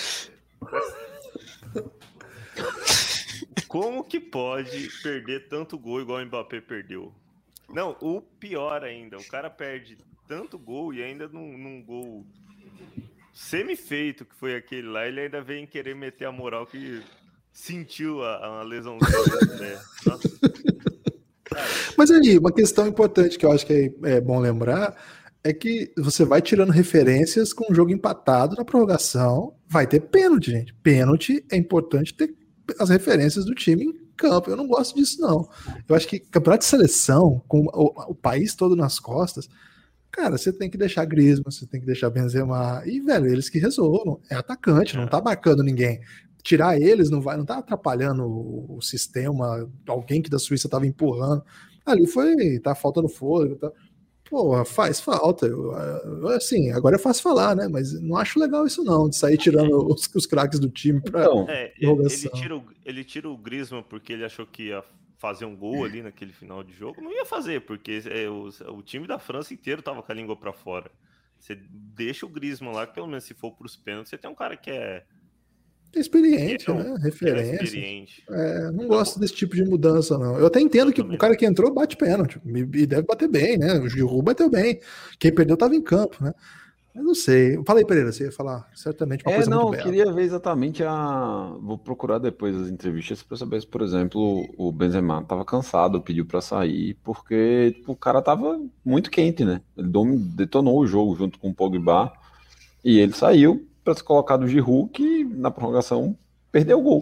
Como que pode perder tanto gol igual o Mbappé perdeu? Não, o pior ainda, o cara perde tanto gol e ainda num, num gol semi-feito que foi aquele lá, ele ainda vem querer meter a moral que sentiu a, a lesãozinha do pé. Nossa. Mas aí, uma questão importante que eu acho que é, é bom lembrar é que você vai tirando referências com o jogo empatado na prorrogação, vai ter pênalti, gente. Pênalti é importante ter as referências do time em campo. Eu não gosto disso, não. Eu acho que campeonato de seleção, com o, o país todo nas costas, cara, você tem que deixar Griezmann, você tem que deixar Benzema, e, velho, eles que resolvam. É atacante, não tá marcando ninguém. Tirar eles não vai, não tá atrapalhando o, o sistema, alguém que da Suíça tava empurrando. Ali foi, tá faltando fôlego, tá. Pô, faz falta. Eu, eu, assim, agora é fácil falar, né? Mas não acho legal isso, não, de sair tirando os, os craques do time pra. Então, É, ele, ele, prorrogação. tira o, ele tira o Griezmann porque ele achou que ia fazer um gol ali naquele final de jogo. Não ia fazer, porque é, o, o time da França inteiro tava com a língua pra fora. Você deixa o Griezmann lá, que pelo menos se for pros pênaltis, você tem um cara que é, Experiente, que é, um- né? que é Referência. experiente. É, não gosto desse tipo de mudança, não. Eu até entendo Eu que também o cara que entrou bate pênalti, e e deve bater bem, né? O Giroud bateu bem. Quem perdeu estava em campo, né? Eu não sei. Fala aí, Pereira, você ia falar certamente uma É, coisa não, eu muito bela. queria ver exatamente a. Vou procurar depois as entrevistas para saber se, por exemplo, o Benzema tava cansado, pediu para sair, porque tipo, o cara tava muito quente, né? Ele dom- detonou o jogo junto com o Pogba e ele saiu para se colocar do Giroud, que na prorrogação perdeu o gol.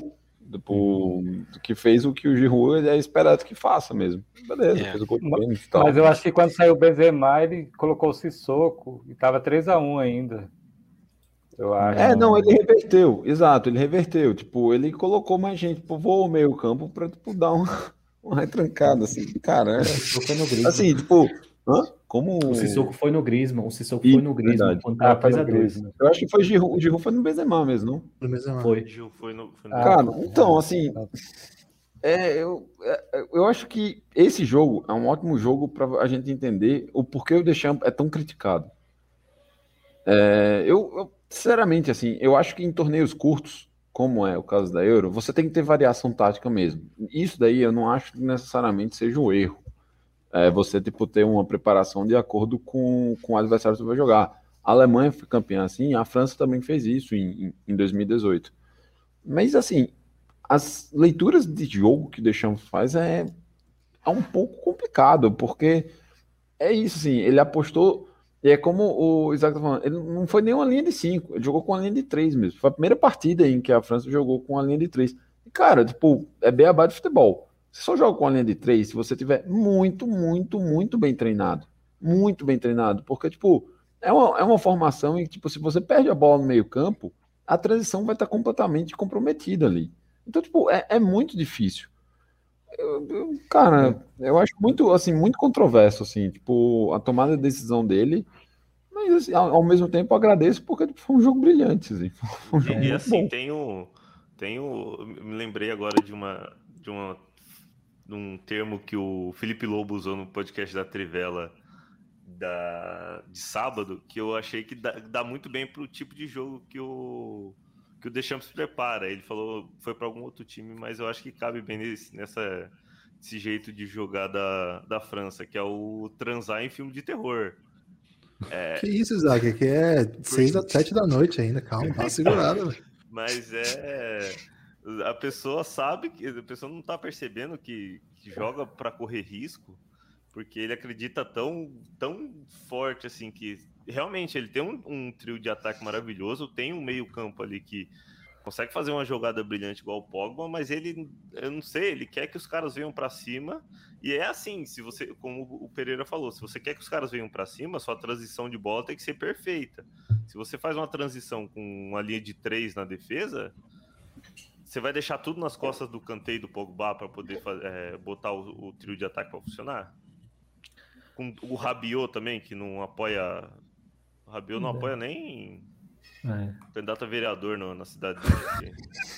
Tipo, que fez o que o Giroud é esperado que faça mesmo. Beleza, É. fez o gol de pênalti e tal. Mas eu acho que quando saiu o Benzema, ele colocou o Sissoko e tava três a um ainda. Eu acho. É, não, ele reverteu, exato, ele reverteu. Tipo, ele colocou mais gente, tipo, voou o meio campo pra tipo, dar uma, uma retrancada, assim, cara. O Sissoko foi no Griezmann. Assim, tipo, hã? Como. O Sissoko foi no Griezmann. O Sissoko Ih, foi no Griezmann. verdade. Quando Ah, tava foi no três a dois. Griezmann. Eu acho que foi Giroud, o Giroud foi no Benzema mesmo, não? No mesmo- Foi. Gil foi no. Foi no... Ah, Cara, tá. então, assim, é, eu, é, eu acho que esse jogo é um ótimo jogo para a gente entender o porquê o Deschamps é tão criticado. É, eu, eu, sinceramente, assim, eu acho que em torneios curtos, como é o caso da Euro, você tem que ter variação tática mesmo. Isso daí eu não acho que necessariamente seja um erro. É, você, tipo, ter uma preparação de acordo com, com o adversário que você vai jogar. A Alemanha foi campeã assim, a França também fez isso em, em, em dois mil e dezoito. Mas, assim, as leituras de jogo que o Deschamps faz é, é um pouco complicado, porque é isso, assim, ele apostou, e é como o Isaac tá falando, ele não foi nem uma linha de cinco, ele jogou com uma linha de três mesmo. Foi a primeira partida em que a França jogou com uma linha de três. E, cara, tipo, é beabá de futebol. Você só joga com uma linha de três se você tiver muito, muito, muito bem treinado. Muito bem treinado, porque, tipo, é uma, é uma formação em que, tipo, se você perde a bola no meio campo, a transição vai estar completamente comprometida ali. Então, tipo, é, é muito difícil. Eu, eu, cara, eu acho muito, assim, muito controverso, assim, tipo, a tomada de decisão dele, mas, assim, ao, ao mesmo tempo, eu agradeço porque tipo, foi um jogo brilhante, assim. Foi um jogo E, e muito assim, bom. tem o, tem o. Me lembrei agora de uma. De uma de um termo que o Felipe Lobo usou no podcast da Trivela da, de sábado, que eu achei que dá, dá muito bem pro tipo de jogo que o, que o Deschamps se prepara. Ele falou, foi para algum outro time, mas eu acho que cabe bem nesse, nessa, nesse jeito de jogar da, da França, que é o transar em filme de terror. É, Que isso, Isaac? Que é seis a sete da noite ainda, calma, dá uma segurada, velho. mas é... A pessoa sabe, que a pessoa não tá percebendo que, que joga para correr risco, porque ele acredita tão, tão forte assim que realmente ele tem um, um trio de ataque maravilhoso, tem um meio campo ali que consegue fazer uma jogada brilhante igual o Pogba, mas ele, eu não sei, ele quer que os caras venham para cima, e é assim, se você, como o Pereira falou, se você quer que os caras venham para cima, sua transição de bola tem que ser perfeita. Se você faz uma transição com uma linha de três na defesa, você vai deixar tudo nas costas do Kanté e do Pogba para poder é, botar o, o trio de ataque para funcionar? Com o Rabiot também, que não apoia... O Rabiot não apoia nem É. candidato a vereador no, na cidade dele.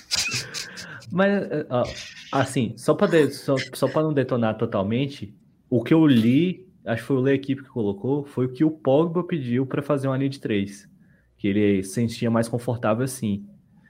Mas, ó, assim, só para só, só para não detonar totalmente, o que eu li, acho que foi o Lei Equipe que colocou, foi o que o Pogba pediu para fazer uma linha de três, que ele se sentia mais confortável assim.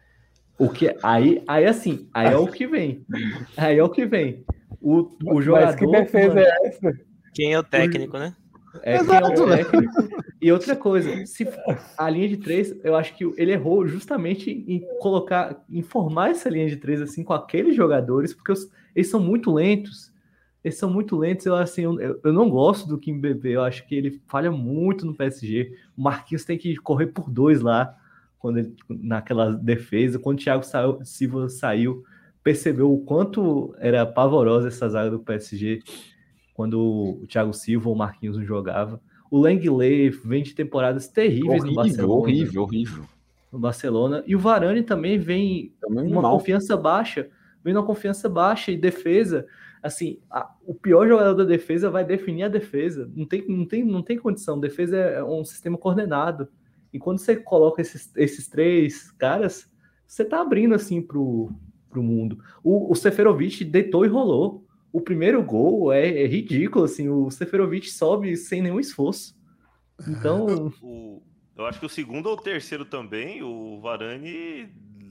O que aí, aí assim, aí é o que vem. Aí é o que vem. O, o jogador. Mas que defesa é essa? Quem é o técnico, né? É quem é o técnico. E outra coisa, se a linha de três, eu acho que ele errou justamente em colocar, em formar essa linha de três assim com aqueles jogadores, porque os, eles são muito lentos. Eles são muito lentos. Eu assim, eu, eu não gosto do Kimpembe. Eu acho que ele falha muito no P S G. O Marquinhos tem que correr por dois lá. Quando ele, naquela defesa, quando o Thiago saiu, Silva saiu, percebeu o quanto era pavorosa essa zaga do P S G quando o Thiago Silva ou o Marquinhos não jogava. O Lenglet vem de temporadas terríveis Horrível, no Barcelona. horrível, horrível. No Barcelona. E o Varane também vem Também uma mal. confiança baixa. Vem uma confiança baixa e defesa. Assim, a, o pior jogador da defesa vai definir a defesa. Não tem, não tem, não tem condição. Defesa é um sistema coordenado. E quando você coloca esses, esses três caras, você tá abrindo assim pro, pro mundo. O, o Seferovic deitou e rolou. O primeiro gol é, é ridículo, assim. O Seferovic sobe sem nenhum esforço. Então... O, eu acho que o segundo ou o terceiro também, o Varane...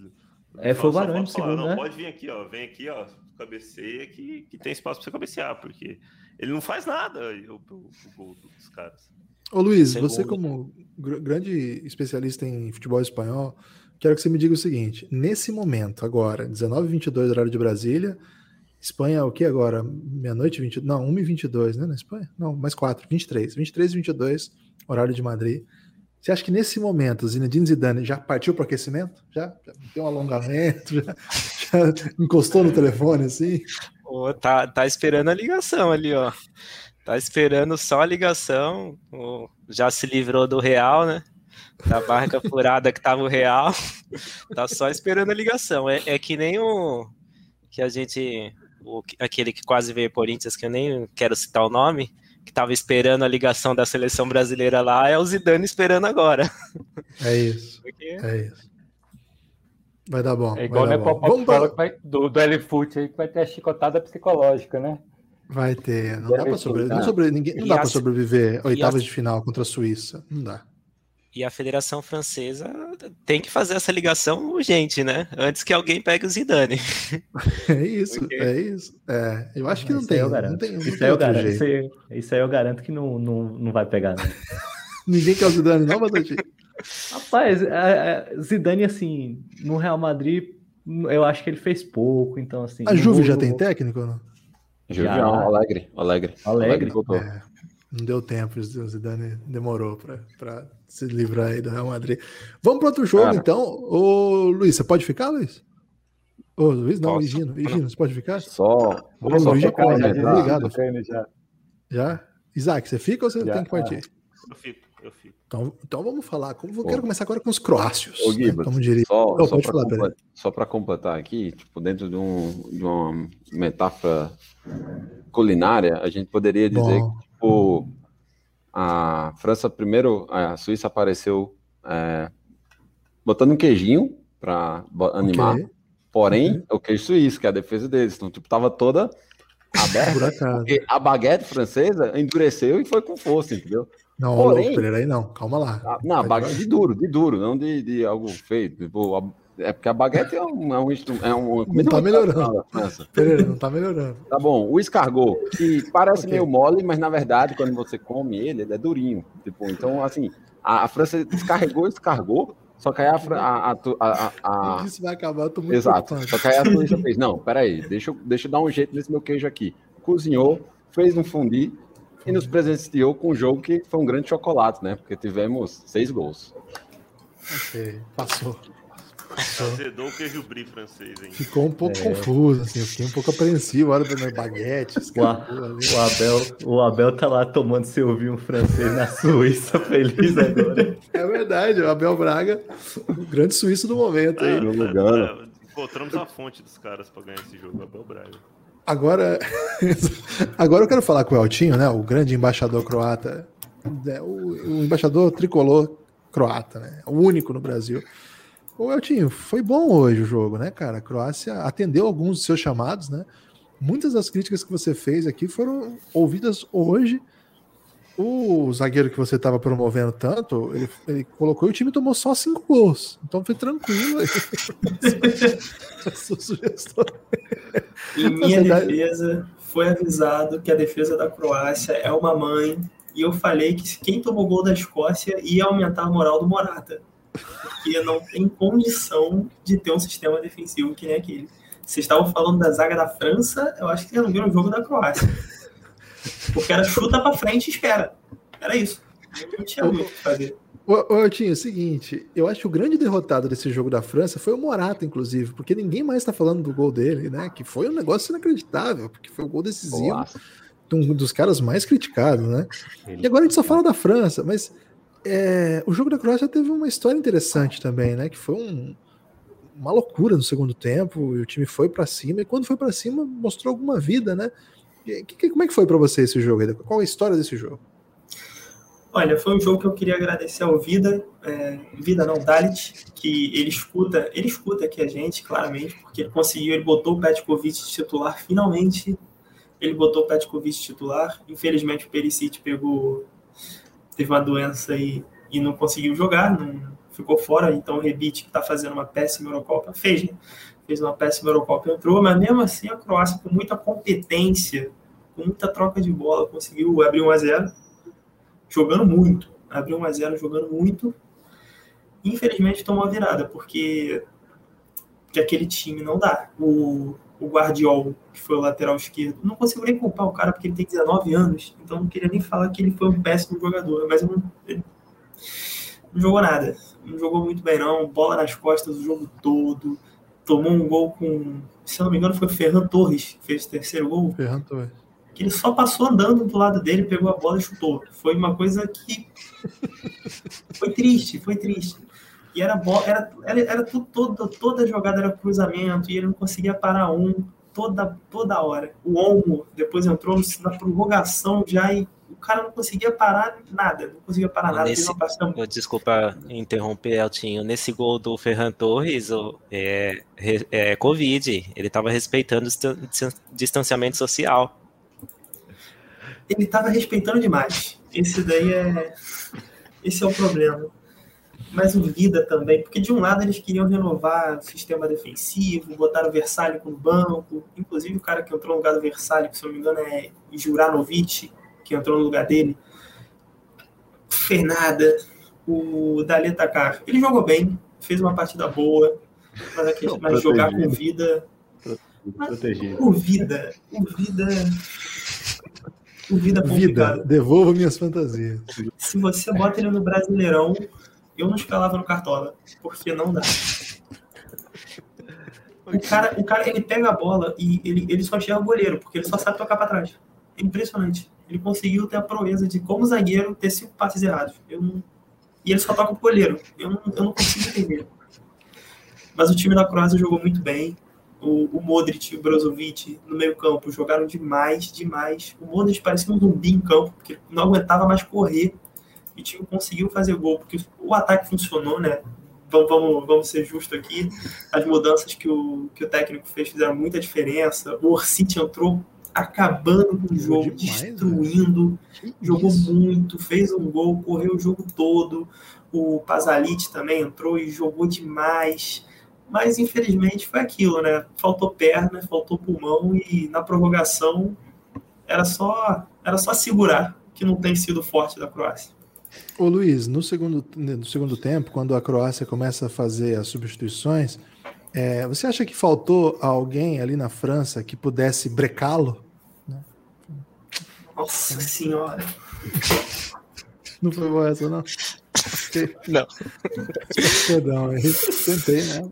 É, foi o Varane o falar, segundo, não, né? pode vir aqui, ó. Vem aqui, ó. Cabeceia que, que tem espaço para você cabecear, porque ele não faz nada o, o, o gol dos caras. Ô Luiz, Segundo. você como gr- grande especialista em futebol espanhol, quero que você me diga o seguinte, nesse momento agora, dezenove e vinte e dois horário de Brasília, Espanha o que agora? Meia-noite, vinte não, uma e vinte e dois, né, na Espanha? Não, mais quatro, vinte e três, vinte e três e vinte e dois, horário de Madrid. Você acha que nesse momento o Zinedine Zidane já partiu para o aquecimento? Já? Já tem um alongamento? Já, Encostou no telefone, assim? Pô, tá, tá esperando a ligação ali, ó. Tá esperando só a ligação. Pô, já se livrou do real, né? Da barca furada que tava o real. Tá só esperando a ligação. É, é que nem o que a gente... O, aquele que quase veio Corinthians, que eu nem quero citar o nome, que tava esperando a ligação da seleção brasileira lá, é o Zidane esperando agora. É isso. Porque... É isso. Vai dar bom. É igual vai na dar bom. Copa Vamos pra... que vai, do, do L-Foot aí, que vai ter a chicotada psicológica, né? Vai ter. Não dá para sobreviver. Não, Ah. sobre... Ninguém... não E dá a- para sobreviver oitavas a- de final contra a Suíça. Não dá. E a Federação Francesa tem que fazer essa ligação urgente, né? Antes que alguém pegue o Zidane. É isso, Porque- é isso. É, eu acho que não Isso tem, aí eu não garanto. tem, não Isso tem aí eu outro garanto. jeito. Isso aí, isso aí eu garanto que não, não, não vai pegar, não. Ninguém quer o Zidane, não, Batatinha? Rapaz, a- a Zidane, assim, no Real Madrid, eu acho que ele fez pouco, então, assim... A não Juve vou- já não tem vou- técnico ou não? Juve, Já. não, Alegre, Alegre. Alegre. voltou. É, não deu tempo, o Zidane demorou para se livrar aí do Real Madrid. Vamos para outro jogo, Cara. então. Ô, Luiz, você pode ficar, Luiz? Ô, Luiz, não, Posso. Higino, Higino, você pode ficar? Só, Ô, só Luiz já pra pode, já tá complementar, ligado? desisti do treino já. Já? Isaac, você fica ou você Já. tem que partir? Eu fico, eu fico. Então, então vamos falar. Como, eu Pô. quero começar agora com os croácios. Ô, né, Gibas, como diria. só, Não, só pode para falar, comple- peraí. só pra completar aqui, tipo, dentro de, um, de uma metáfora culinária, a gente poderia dizer Bom. que tipo, a França primeiro, a Suíça apareceu é, botando um queijinho para animar, Ok. porém, é o queijo suíço, que é a defesa deles. Então, tipo, tava toda aberta, Buracada. porque a baguete francesa endureceu e foi com força, entendeu? Não, Porém- Porém... Pereira aí não, calma lá. Ah, não, Vai baguete devagar. de duro, de duro, não de, de algo feio. Tipo, a- é porque a baguete é um, é um instrumento. É uma comida tá muito melhorando. tradicional da França. Pereira, não tá melhorando. Tá bom, o escargot, que parece Ok. meio mole, mas na verdade, quando você come ele, ele é durinho. Tipo, então, assim, a, a França descarregou, descarregou, só que aí a, Fran- a, a, a, a, a- Isso vai acabar, eu tô muito Exato. preocupado. Só que aí a Suíça fez, não, peraí, deixa eu, deixa eu dar um jeito nesse meu queijo aqui. Cozinhou, fez um fundi e nos presenteou com um jogo que foi um grande chocolate, né? Porque tivemos seis gols. Ok, passou. Passou. Azedou o queijo brie francês, hein? Ficou um pouco É. confuso, assim, eu fiquei um pouco apreensivo. Olha para baguete, O, A- escargot ali. o Abel, o Abel tá lá tomando seu vinho francês na Suíça, feliz agora. É verdade, o Abel Braga, o grande suíço do momento aí. No Lugano. É, encontramos a fonte dos caras pra ganhar esse jogo, Abel Braga. Agora, agora eu quero falar com o Eltinho, né? O grande embaixador croata, né, o, o embaixador tricolor croata, né? O único no Brasil. O Eltinho, foi bom hoje o jogo, né, cara? A Croácia atendeu alguns dos seus chamados, né? Muitas das críticas que você fez aqui foram ouvidas hoje. O zagueiro que você estava promovendo tanto, ele, ele colocou e o time tomou só cinco gols. Então foi tranquilo. A sua sugestão. Em minha Nossa, defesa, foi avisado que a defesa da Croácia é uma mãe. E eu falei que quem tomou gol da Escócia ia aumentar a moral do Morata. Porque não tem condição de ter um sistema defensivo que nem aquele. Vocês estavam falando da zaga da França, eu acho que já não viram o jogo da Croácia. Porque era chuta pra frente e espera. Era isso. Não tinha muito o que fazer. Ô, ô, Eltinho, é o seguinte, eu acho que o grande derrotado desse jogo da França foi o Morata, inclusive, porque ninguém mais tá falando do gol dele, né? Que foi um negócio inacreditável, porque foi o gol decisivo Golaço. de um dos caras mais criticados, né? E agora a gente só fala da França, mas é, o jogo da Croácia teve uma história interessante também, né? Que foi um- uma loucura no segundo tempo, e o time foi pra cima, e quando foi pra cima mostrou alguma vida, né? E, que- que- como é que foi pra você esse jogo aí? Qual a história desse jogo? Olha, foi um jogo que eu queria agradecer ao Vida, é, Vida não, Dalit, que ele escuta, ele escuta aqui a gente, claramente, porque ele conseguiu, ele botou o Petkovic titular, finalmente ele botou o Petkovic titular, infelizmente o Perisic pegou, teve uma doença e, e não conseguiu jogar, não, ficou fora, então o Rebic, que está fazendo uma péssima Eurocopa, fez, né? Fez uma péssima Eurocopa, entrou, mas mesmo assim a Croácia, com muita competência, com muita troca de bola, conseguiu abrir um a zero, jogando muito, abriu um a zero jogando muito, infelizmente tomou a virada, porque, porque aquele time não dá. O, o Guardiol, que foi o lateral esquerdo, não consigo nem culpar o cara, porque ele tem dezenove anos, então não queria nem falar que ele foi um péssimo jogador, mas não, ele não jogou nada, não jogou muito bem não, bola nas costas o jogo todo, tomou um gol com, se eu não me engano, foi o Ferran Torres que fez o terceiro gol. Ferran Torres. Que ele só passou andando do lado dele, pegou a bola e chutou. Foi uma coisa que foi triste, foi triste. E era, era, era, era tudo, toda, toda jogada era cruzamento, e ele não conseguia parar um toda, toda hora. O Olmo depois entrou na prorrogação já e o cara não conseguia parar nada, não conseguia parar nada. Nesse, eu, desculpa interromper, Eltinho. Nesse gol do Ferran Torres, é, é, é Covid, ele estava respeitando o distanciamento social. Ele estava respeitando demais. Esse daí é, esse é o problema. Mas o Vida também, porque de um lado eles queriam renovar o sistema defensivo, botaram o Versalhes no banco, inclusive o cara que entrou no lugar do Versalhes, que se não me engano é Juranovic, que entrou no lugar dele, fez nada. O Dali Takar, ele jogou bem, fez uma partida boa, mas, aqui, não, mas jogar com Vida... Mas, o Vida... O Vida... O Vida complicado. Vida, devolva minhas fantasias. Se você bota ele no Brasileirão, eu não escalava no Cartola, porque não dá. O cara, o cara ele pega a bola e ele, ele só enxerga o goleiro, porque ele só sabe tocar para trás. É impressionante. Ele conseguiu ter a proeza de, como zagueiro, ter cinco passes errados. Eu não... E ele só toca pro goleiro. Eu não, eu não consigo entender. Mas o time da Croácia jogou muito bem. O, o Modric e o Brozovic no meio campo jogaram demais, demais. O Modric parecia um zumbi em campo, porque não aguentava mais correr. E o time conseguiu fazer gol, porque o ataque funcionou, né? Vamos, vamos, vamos ser justos aqui. As mudanças que o, que o técnico fez fizeram muita diferença. O Orsic entrou acabando com o jogo, demais, destruindo, né? Jogou isso. muito, fez um gol, correu o jogo todo. O Pasalic também entrou e jogou demais. Mas, infelizmente, foi aquilo, né? Faltou perna, faltou pulmão e na prorrogação era só, era só segurar, que não tem sido forte da Croácia. Ô Luiz, no segundo, no segundo tempo, quando a Croácia começa a fazer as substituições, é, você acha que faltou alguém ali na França que pudesse brecá-lo? Nossa senhora! Não foi boa essa, não? Não. Perdão, eu tentei, né?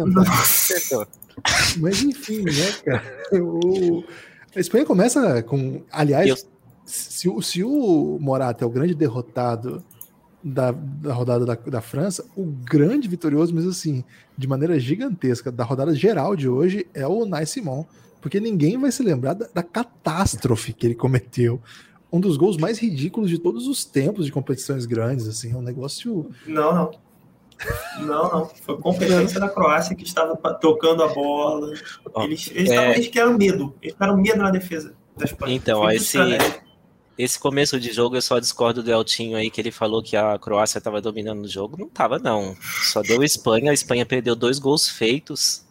Nossa. Mas enfim, né, cara? O... A Espanha começa com... Aliás, eu... se, o, se o Morata é o grande derrotado da, da rodada da, da França, o grande vitorioso, mas assim, de maneira gigantesca, da rodada geral de hoje é o Unai Simon, porque ninguém vai se lembrar da, da catástrofe que ele cometeu. Um dos gols mais ridículos de todos os tempos de competições grandes, assim, é um negócio... Não, não. Não, não. Foi competência da Croácia que estava tocando a bola. Eles, eles, é... tavam, eles queriam medo. Eles queriam medo na defesa da Espanha. Então, esse, esse começo de jogo eu só discordo do Eltinho aí, que ele falou que a Croácia estava dominando o jogo. Não estava, não. Só deu a Espanha. A Espanha perdeu dois gols feitos.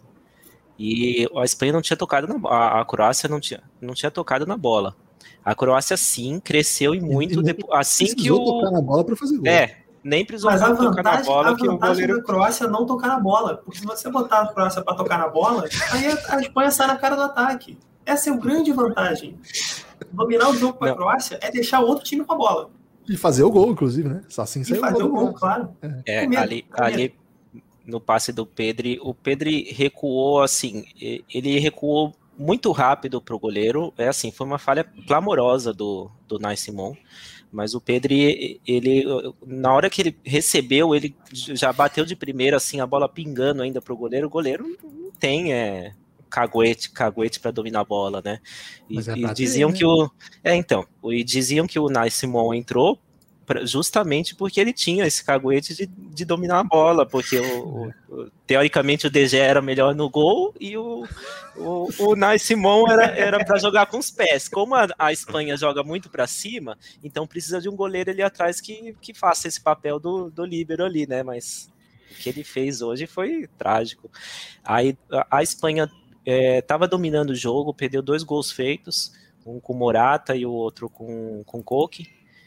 E a Espanha não tinha tocado na bola. A Croácia não tinha, não tinha tocado na bola. A Croácia, sim, cresceu e muito depois. Assim que o. tocar na bola para fazer gol. É, nem precisou Mas a tocar vantagem, na bola. a que o goleiro. Da Croácia não tocar na bola. Porque se você botar a Croácia para tocar na bola, aí a Espanha sai na cara do ataque. Essa é a grande vantagem. Dominar o jogo com a Croácia é deixar o outro time com a bola. E fazer o gol, inclusive, né? Só assim sai e fazer o gol, gol claro. É, é medo, ali. ali... No passe do Pedri, o Pedri recuou assim, ele recuou muito rápido para o goleiro, é assim, foi uma falha clamorosa do, do Unai Simon, mas o Pedri, ele, na hora que ele recebeu, ele já bateu de primeira, assim, a bola pingando ainda para o goleiro, o goleiro não tem é, caguete, caguete para dominar a bola, né, e, é e bater, diziam né? que o, é então, e diziam que o Unai Simon entrou justamente porque ele tinha esse caguete de, de dominar a bola, porque o, o, teoricamente o De Gea era melhor no gol e o, o, o Unai Simon era, era para jogar com os pés. Como a, a Espanha joga muito para cima, então precisa de um goleiro ali atrás que, que faça esse papel do, do líbero ali, né? Mas o que ele fez hoje foi trágico. Aí a, a Espanha estava é, dominando o jogo, perdeu dois gols feitos, um com Morata e o outro com o Koke.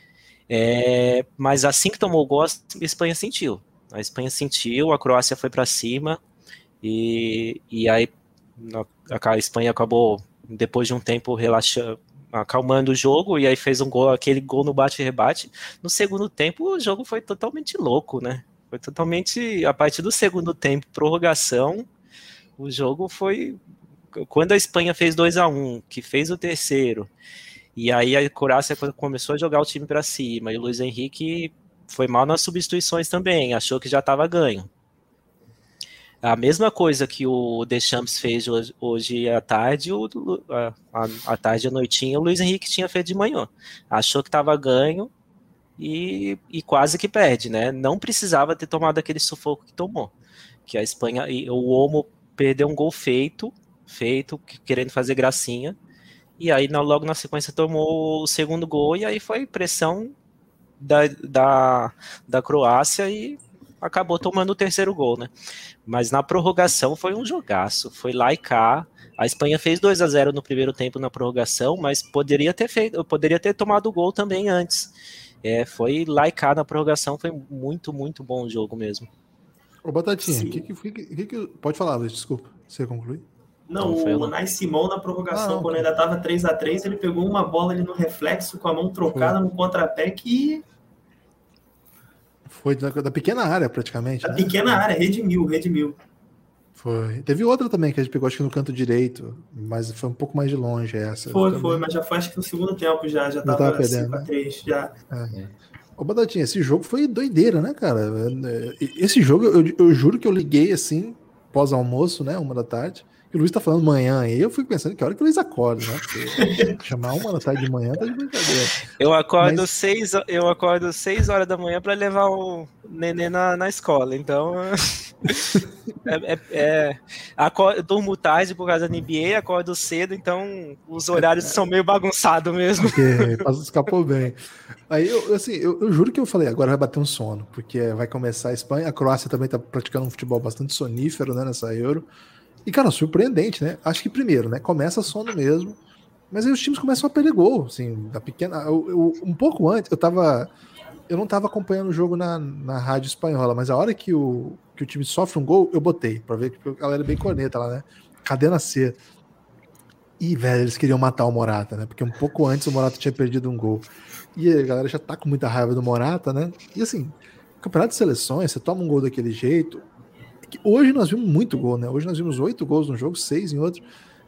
É, mas assim que tomou o gol, a Espanha sentiu. A Espanha sentiu, a Croácia foi para cima e, e aí a, a Espanha acabou, depois de um tempo, relaxando, acalmando o jogo, e aí fez um gol, aquele gol no bate-rebate. No segundo tempo, o jogo foi totalmente louco, né? Foi totalmente, a partir do segundo tempo, prorrogação, O jogo foi... Quando a Espanha fez dois a um, que fez o terceiro, e aí a Croácia começou a jogar o time para cima, e o Luiz Henrique foi mal nas substituições também, achou que já estava ganho. A mesma coisa que o Deschamps fez hoje, hoje à tarde, o, a, a, à tarde e à noitinha, o Luiz Henrique tinha feito de manhã. Achou que estava ganho e, e quase que perde, né? Não precisava ter tomado aquele sufoco que tomou. Que a Espanha, o Olmo perdeu um gol feito, feito, querendo fazer gracinha, e aí logo na sequência tomou o segundo gol, e aí foi pressão da, da, da Croácia e acabou tomando o terceiro gol, né? Mas na prorrogação foi um jogaço, foi lá e cá. A Espanha fez dois a zero no primeiro tempo na prorrogação, mas poderia ter feito, poderia ter tomado o gol também antes. É, foi lá e cá na prorrogação, foi muito, muito bom o jogo mesmo. Ô, Batatinha, que que, que, que, pode falar, Luiz, desculpa, você conclui? Não, não o Unai Simão na prorrogação, ah, quando ainda estava três a três, ele pegou uma bola ali no reflexo com a mão trocada foi. no contrapé que... Foi da, da pequena área, praticamente. Da né? pequena área, redimiu, redimiu. Foi. Teve outra também que a gente pegou, acho que no canto direito, mas foi um pouco mais de longe essa. Foi, também. foi, mas já foi acho que no segundo tempo já, já estava cinco a três, já. É. Ô, Batatinha, esse jogo foi doideira, né, cara? Esse jogo, eu, eu juro que eu liguei assim, pós-almoço, né, uma da tarde, que o Luiz tá falando manhã, e eu fico pensando que hora que o Luiz acorda, né? Porque chamar uma da tarde de manhã tá de brincadeira. Eu acordo, Mas... seis, eu acordo seis horas da manhã para levar o neném na, na escola, então... é, é, é, acordo, durmo tarde por causa da N B A, acordo cedo, então os horários são meio bagunçados mesmo. Okay, escapou bem. Aí, eu, assim, eu, eu juro que eu falei, agora vai bater um sono, porque vai começar a Espanha, a Croácia também tá praticando um futebol bastante sonífero, né, nessa Euro. E, cara, surpreendente, né? Acho que primeiro, né? Começa sono mesmo, mas aí os times começam a perder gol, assim, da pequena... Eu, eu, um pouco antes, eu tava... Eu não tava acompanhando o jogo na, na rádio espanhola, mas a hora que o, que o time sofre um gol, eu botei, pra ver que a galera é bem corneta lá, né? Cadena C. E, velho, eles queriam matar o Morata, né? Porque um pouco antes o Morata tinha perdido um gol. E a galera já tá com muita raiva do Morata, né? E assim, campeonato de seleções, você toma um gol daquele jeito... Hoje nós vimos muito gol, né? Hoje nós vimos oito gols num jogo, seis em outro.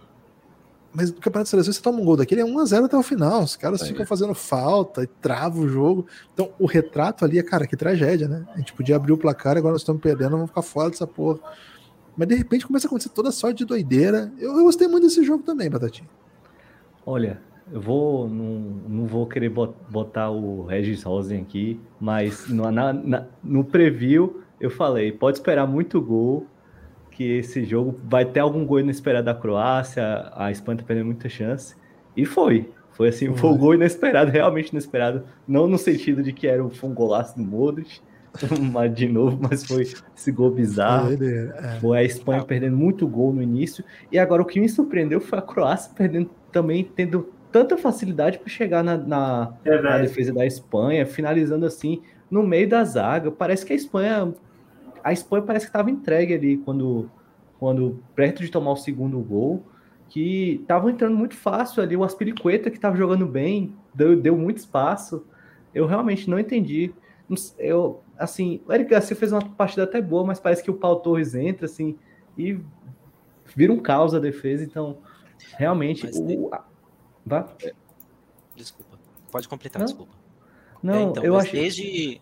Mas no campeonato de seleções, você toma um gol daquele, é um a zero até o final. Os caras é. ficam fazendo falta e travam o jogo. Então, o retrato ali é, cara, que tragédia, né? A gente podia abrir o placar, agora nós estamos perdendo, vamos ficar fora dessa porra. Mas de repente começa a acontecer toda sorte de doideira. Eu, eu gostei muito desse jogo também, Batatinha. Olha, eu vou não, não vou querer botar o Regis Rosen aqui, mas no, na, na, no preview eu falei, pode esperar muito gol, que esse jogo vai ter algum gol inesperado da Croácia, a Espanha tá perdendo muita chance, e foi. Foi assim, foi um gol inesperado, realmente inesperado, não no sentido de que era foi um golaço do Modric, mas de novo, mas foi esse gol bizarro. É. Foi a Espanha é. perdendo muito gol no início, e agora o que me surpreendeu foi a Croácia perdendo também, tendo tanta facilidade para chegar na, na, é na defesa da Espanha, finalizando assim, no meio da zaga. Parece que a Espanha a Espanha parece que estava entregue ali quando, quando perto de tomar o segundo gol, que estavam entrando muito fácil ali, o Azpilicueta que estava jogando bem, deu, deu muito espaço. Eu realmente não entendi. Eu, assim, o Eric Garcia fez uma partida até boa, mas parece que o Pau Torres entra assim e vira um caos a defesa, então realmente o... Vá? Desculpa, pode completar, não. desculpa. Não, é, então, eu acho desde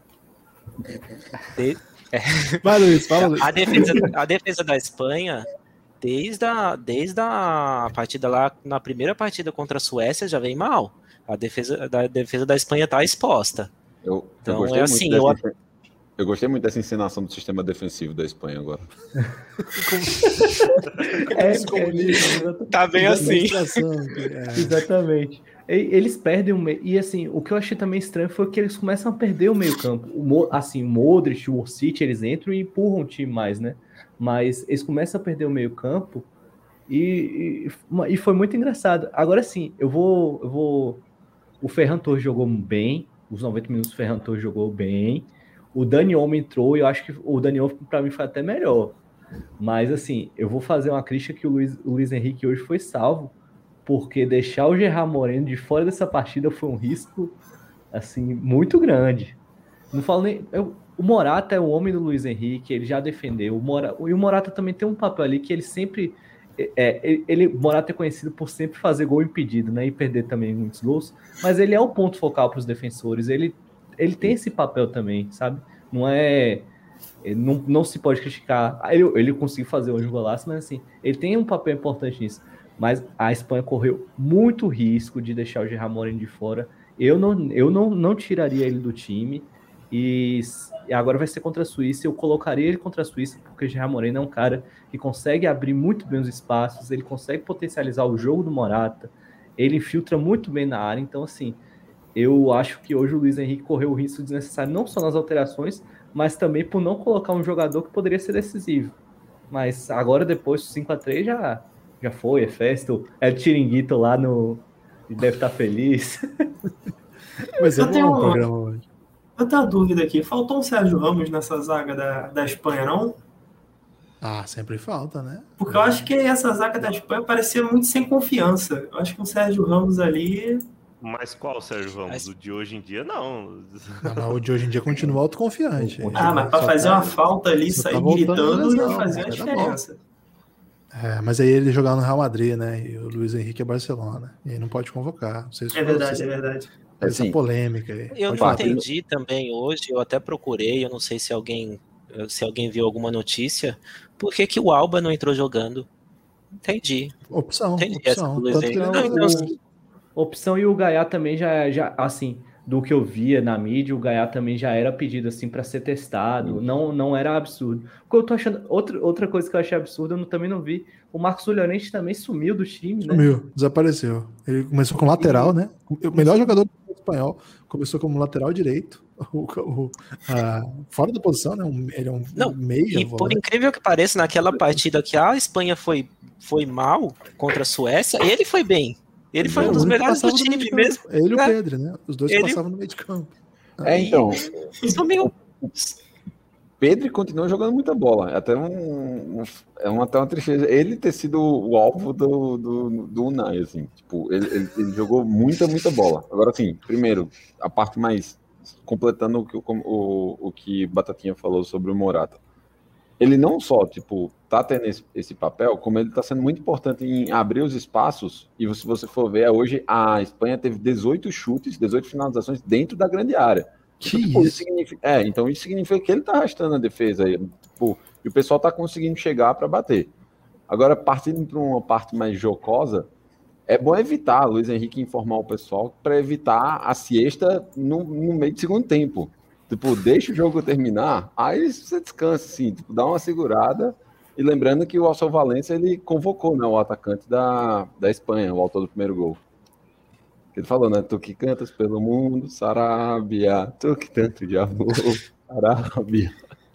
de... É. Fala isso, fala isso. A defesa, a defesa da Espanha, desde a, desde a partida lá, na primeira partida contra a Suécia, já vem mal. A defesa da, a defesa da Espanha está exposta. Eu, então, eu é assim. Dessa, eu... eu gostei muito dessa encenação do sistema defensivo da Espanha agora. é, é, tá bem assim. É. Exatamente. Eles perdem o meio. E assim, o que eu achei também estranho foi que eles começam a perder o meio-campo. O, assim, o Modric, o Orsic, eles entram e empurram o time mais, né? Mas eles começam a perder o meio-campo e, e, e foi muito engraçado. Agora sim, eu vou. Eu vou... O Ferran Torres jogou bem. Os noventa minutos o Ferran Torres jogou bem. O Dani Olmo entrou e eu acho que o Dani Olmo, para mim, foi até melhor. Mas assim, eu vou fazer uma crítica que o Luiz, o Luiz Henrique hoje foi salvo, porque deixar o Gerard Moreno de fora dessa partida foi um risco, assim, muito grande. Não falo nem... Eu, o Morata é o homem do Luiz Henrique, ele já defendeu. O Mora, e o Morata também tem um papel ali que ele sempre... É, ele, ele, Morata é conhecido por sempre fazer gol impedido, né? E perder também muitos gols. Mas ele é o ponto focal para os defensores. Ele, ele tem esse papel também, sabe? Não é... Não, não se pode criticar. Ele, ele conseguiu fazer hoje um golaço, mas assim, ele tem um papel importante nisso. Mas a Espanha correu muito risco de deixar o Gerard Moreno de fora. Eu não, eu não, não tiraria ele do time. E, e agora vai ser contra a Suíça. Eu colocaria ele contra a Suíça, porque o Gerard Moreno é um cara que consegue abrir muito bem os espaços, ele consegue potencializar o jogo do Morata, ele infiltra muito bem na área. Então, assim, eu acho que hoje o Luiz Henrique correu o risco desnecessário, não só nas alterações, mas também por não colocar um jogador que poderia ser decisivo. Mas agora, depois do cinco a três, já, já foi, é festa. É o Tiringuito lá no... deve estar feliz. Mas é Eu bom tenho o uma- programa hoje. Eu tenho uma dúvida aqui. Faltou um Sérgio Ramos nessa zaga da, da Espanha, não? Ah, sempre falta, né? Porque eu acho que essa zaga da Espanha parecia muito sem confiança. Eu acho que um Sérgio Ramos ali... Mas qual, Sérgio Ramos? O de hoje em dia, não. Não, mas o de hoje em dia continua autoconfiante. Ah, mas pra Só fazer tá- uma falta ali, só tá sair voltando gritando, de lesão, ia fazer uma vai dar bom. diferença. É, mas aí ele jogava no Real Madrid, né? E o Luiz Henrique é Barcelona. E aí não pode convocar. Não sei se É verdade, é verdade. essa Assim, polêmica aí. Eu Pode não falar. entendi também hoje, eu até procurei, eu não sei se alguém, se alguém viu alguma notícia, por que, que o Alba não entrou jogando? Entendi. Opção, Entendi essa opção. do Luiz Tanto que Henrique. não, Não, então, assim, Opção, e o Gaiá também já, já, assim, do que eu via na mídia, o Gaiá também já era pedido, assim, para ser testado, não, não era absurdo. O que eu tô achando, outra, outra coisa que eu achei absurda, eu não- também não vi, o Marcos Llorente também sumiu do time, né? sumiu, desapareceu. Ele começou como lateral, né? O melhor jogador do espanhol começou como lateral direito. O, o- a- fora da posição, né? Um- ele é um Não, meia. e por volante. incrível que pareça, naquela partida que a Espanha foi, foi mal contra a Suécia, ele foi bem. Ele foi É, um o dos único que melhores do passava no meio time de campo. mesmo. Ele e o É. Pedro, né? Os dois Ele- passavam no meio de campo. É, então, Sumiu. Pedro continua jogando muita bola. É até um, um- é uma, até uma tristeza ele ter sido o alvo do, do, do Unai, assim. Tipo, ele, ele- ele jogou muita, muita bola. Agora, assim, primeiro, a parte mais completando o que o, o, o que Batatinha falou sobre o Morata. Ele não só, tipo, tá tendo esse, esse papel, como ele tá sendo muito importante em abrir os espaços. E se você for ver, hoje a Espanha teve dezoito chutes, dezoito finalizações dentro da grande área. Que Então, tipo, isso? significa, é, então isso significa que ele tá arrastando a defesa aí, tipo, e o pessoal tá conseguindo chegar para bater. Agora, partindo para uma parte mais jocosa, é bom evitar, Luiz Henrique, informar o pessoal para evitar a siesta no, no meio do segundo tempo. Tipo, deixa o jogo terminar, aí você descansa, assim, tipo, dá uma segurada. E lembrando que o Alceu Valença, ele convocou, né, o atacante da, da Espanha, o autor do primeiro gol. Ele falou, né, tu que cantas pelo mundo, Sarabia, tu que tanto de amor, Sarabia.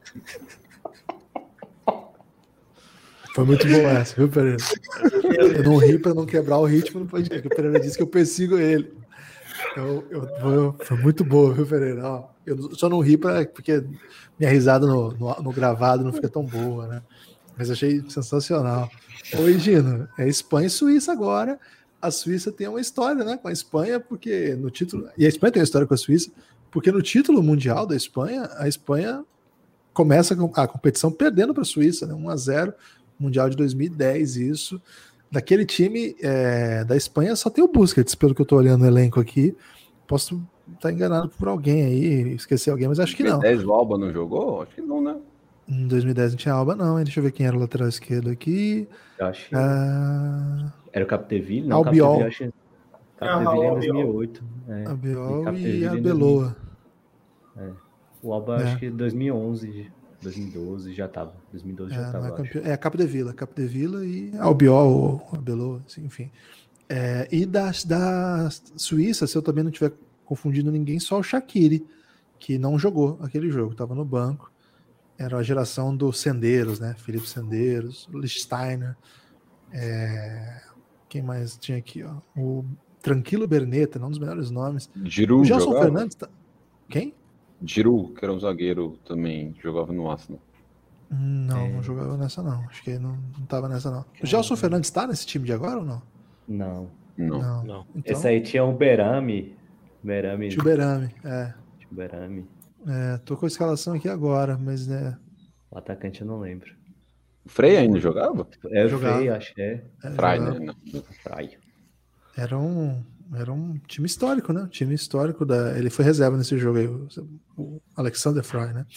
Foi muito boa essa, viu, Pereira? Eu não ri para não quebrar o ritmo no podcast, porque o Pereira disse que eu persigo ele. Eu, eu, foi, foi muito boa, viu, Pereira? Ó, eu só não ri pra, porque minha risada no, no, no gravado não fica tão boa, né? Mas achei sensacional. Oi, Gino, é Espanha e Suíça agora. A Suíça tem uma história, né, com a Espanha, porque no título... E a Espanha tem uma história com a Suíça, porque no título mundial da Espanha, a Espanha começa a competição perdendo para a Suíça, né, um a zero, Mundial de dois mil e dez, isso. Daquele time é, da Espanha só tem o Busquets, pelo que eu tô olhando no elenco aqui. Posso estar enganado por alguém aí, esquecer alguém, mas acho que não. dois mil e dez o Alba não jogou? Acho que não, né? Em dois mil e dez não tinha Alba, não. Hein? Deixa eu ver quem era o lateral esquerdo aqui. Eu acho que Ah, era o Capdeville, não, Albiol. Capdeville, acho que Capdeville é em dois mil e oito. É. Albiol Capdeville e em a Beloa. O Alba, É. acho que dois mil e onze, dois mil e doze já tava. dois mil e doze já É, não tava, é, acho. campeão, é a Capo de Vila, Capo de Vila e Albiol ou a Beloa, assim, enfim. É, e da, da Suíça, se eu também não tiver confundindo ninguém, só o Shaqiri, que não jogou aquele jogo, estava no banco. Era a geração dos Sendeiros, né? Felipe Sendeiros, Lichtsteiner. É, quem mais tinha aqui? Ó? O Tranquilo Berneta, um dos melhores nomes. Giroud O Gelson jogava? Fernandes. Tá... Quem? Giroud, que era um zagueiro também, jogava no Arsenal. Não, É. não jogava nessa, não. Acho que não, não tava nessa, não. O Gelson Fernandes tá nesse time de agora ou não? Não. Não. Não. Então, Esse aí tinha o Berame. Berame. Tio Berame, é. Tio Berame. É, tô com a escalação aqui agora, mas né. O atacante eu não lembro. O Frei ainda jogava? É o Jogava. Frei, acho que é. É, Fry, jogava. né? Fry. Era um, era um time histórico, né? Um time histórico da. Ele foi reserva nesse jogo aí, o, o Alexander Fry, né?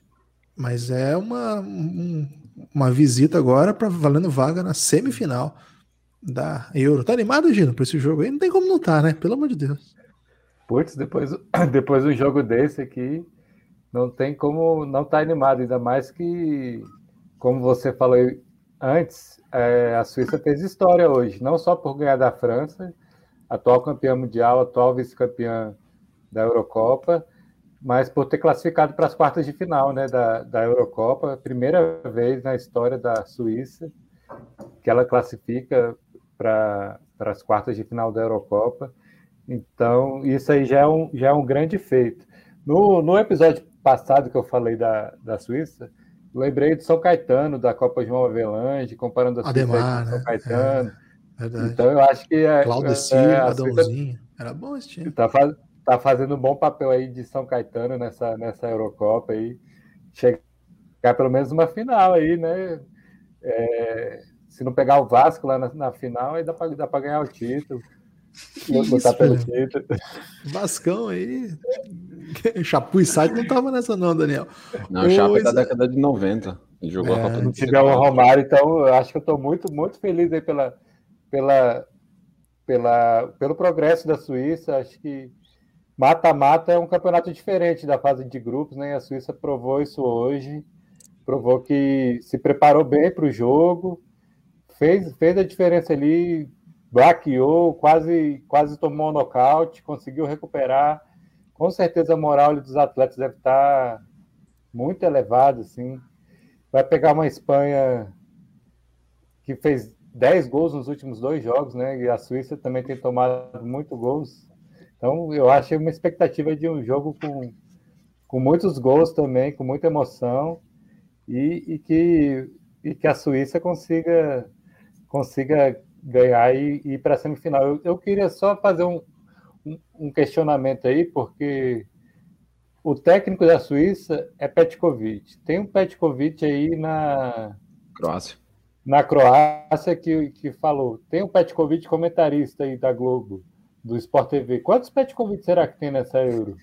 Mas é uma, um, uma visita agora para valendo vaga na semifinal da Euro. Tá animado, Gino, para esse jogo aí? Não tem como não tá, né? Pelo amor de Deus. Putz, depois, depois de um jogo desse aqui, não tem como não estar animado, ainda mais que, como você falou antes, é, a Suíça fez história hoje, não só por ganhar da França, atual campeã mundial, atual vice-campeã da Eurocopa, mas por ter classificado para as quartas de final, né, da, da Eurocopa, primeira vez na história da Suíça que ela classifica para as quartas de final da Eurocopa. Então, isso aí já é um, já é um grande feito. No, no episódio passado que eu falei da, da Suíça, lembrei do São Caetano, da Copa João Avelange, comparando a Suíça Ademar, com o São né? Caetano. É, verdade. Então, eu acho que é, Claudeci, é, a Suíça Adãozinho. Era bom esse time. Tá, faz, tá fazendo um bom papel aí de São Caetano nessa, nessa Eurocopa aí. Chegar pelo menos uma final aí, né? É, se não pegar o Vasco lá na, na final, aí dá pra, dá pra ganhar o título. Que lutar isso, pelo velho. título. Vascão aí. Chapu e Sade não tava nessa não, Daniel. Não, o Chape é da Pois é. década de noventa. Ele jogou É, a Copa Se do tiver o Mundo. Romário, então eu acho que eu estou muito, muito feliz aí pela, pela, pela, pelo progresso da Suíça. Acho que mata-mata é um campeonato diferente da fase de grupos, né? A Suíça provou isso hoje, provou que se preparou bem para o jogo, fez, fez a diferença ali, braqueou, quase, quase tomou um nocaute, conseguiu recuperar. Com certeza a moral dos atletas deve estar muito elevada, assim. Vai pegar uma Espanha que fez dez gols nos últimos dois jogos, né? E a Suíça também tem tomado muito gols. Então, eu achei uma expectativa de um jogo com, com muitos gols também, com muita emoção, e, e, que, e que a Suíça consiga, consiga ganhar e, e ir para a semifinal. Eu, eu queria só fazer um, um, um questionamento aí, porque o técnico da Suíça é Petkovic. Tem um Petkovic aí na, Croácia. na Croácia que, que falou. Tem um Petkovic comentarista aí da Globo, do Sport T V. Quantos Petkovic será que tem nessa Euro?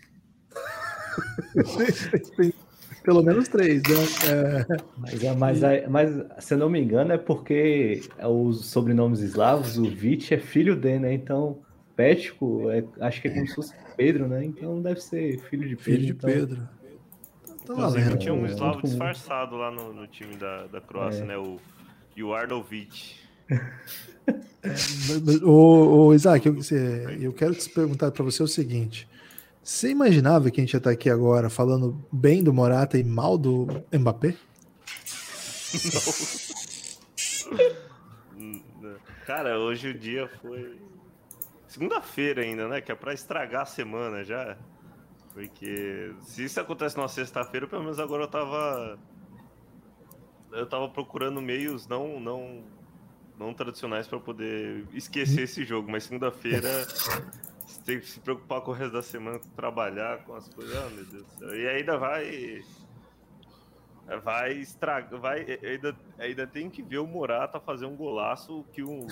Tem pelo menos três, né? É... Mas, mas, mas, se eu não me engano, é porque os sobrenomes eslavos, o Vic é filho de, né? Então, Pético, é, acho que é como se fosse Pedro, né? Então deve ser filho de Pedro. Filho de então... Pedro. Tá Inclusive, valendo. tinha um É, eslavo muito comum. disfarçado lá no, no time da, da Croácia, É. né? O Juarnovic. Ô, ô, Isaac, eu, você- eu quero te perguntar para você o seguinte: você imaginava que a gente ia estar aqui agora falando bem do Morata e mal do Mbappé? Cara, hoje o dia foi segunda-feira ainda, né? Que é pra estragar a semana já. Porque se isso acontece numa sexta-feira, pelo menos agora eu tava eu tava procurando meios não não não tradicionais para poder esquecer esse jogo, mas segunda-feira você tem que se preocupar com o resto da semana, com trabalhar com as coisas, ah, meu Deus do céu. E ainda vai vai estragar, vai ainda ainda tem que ver o Morata fazer um golaço que um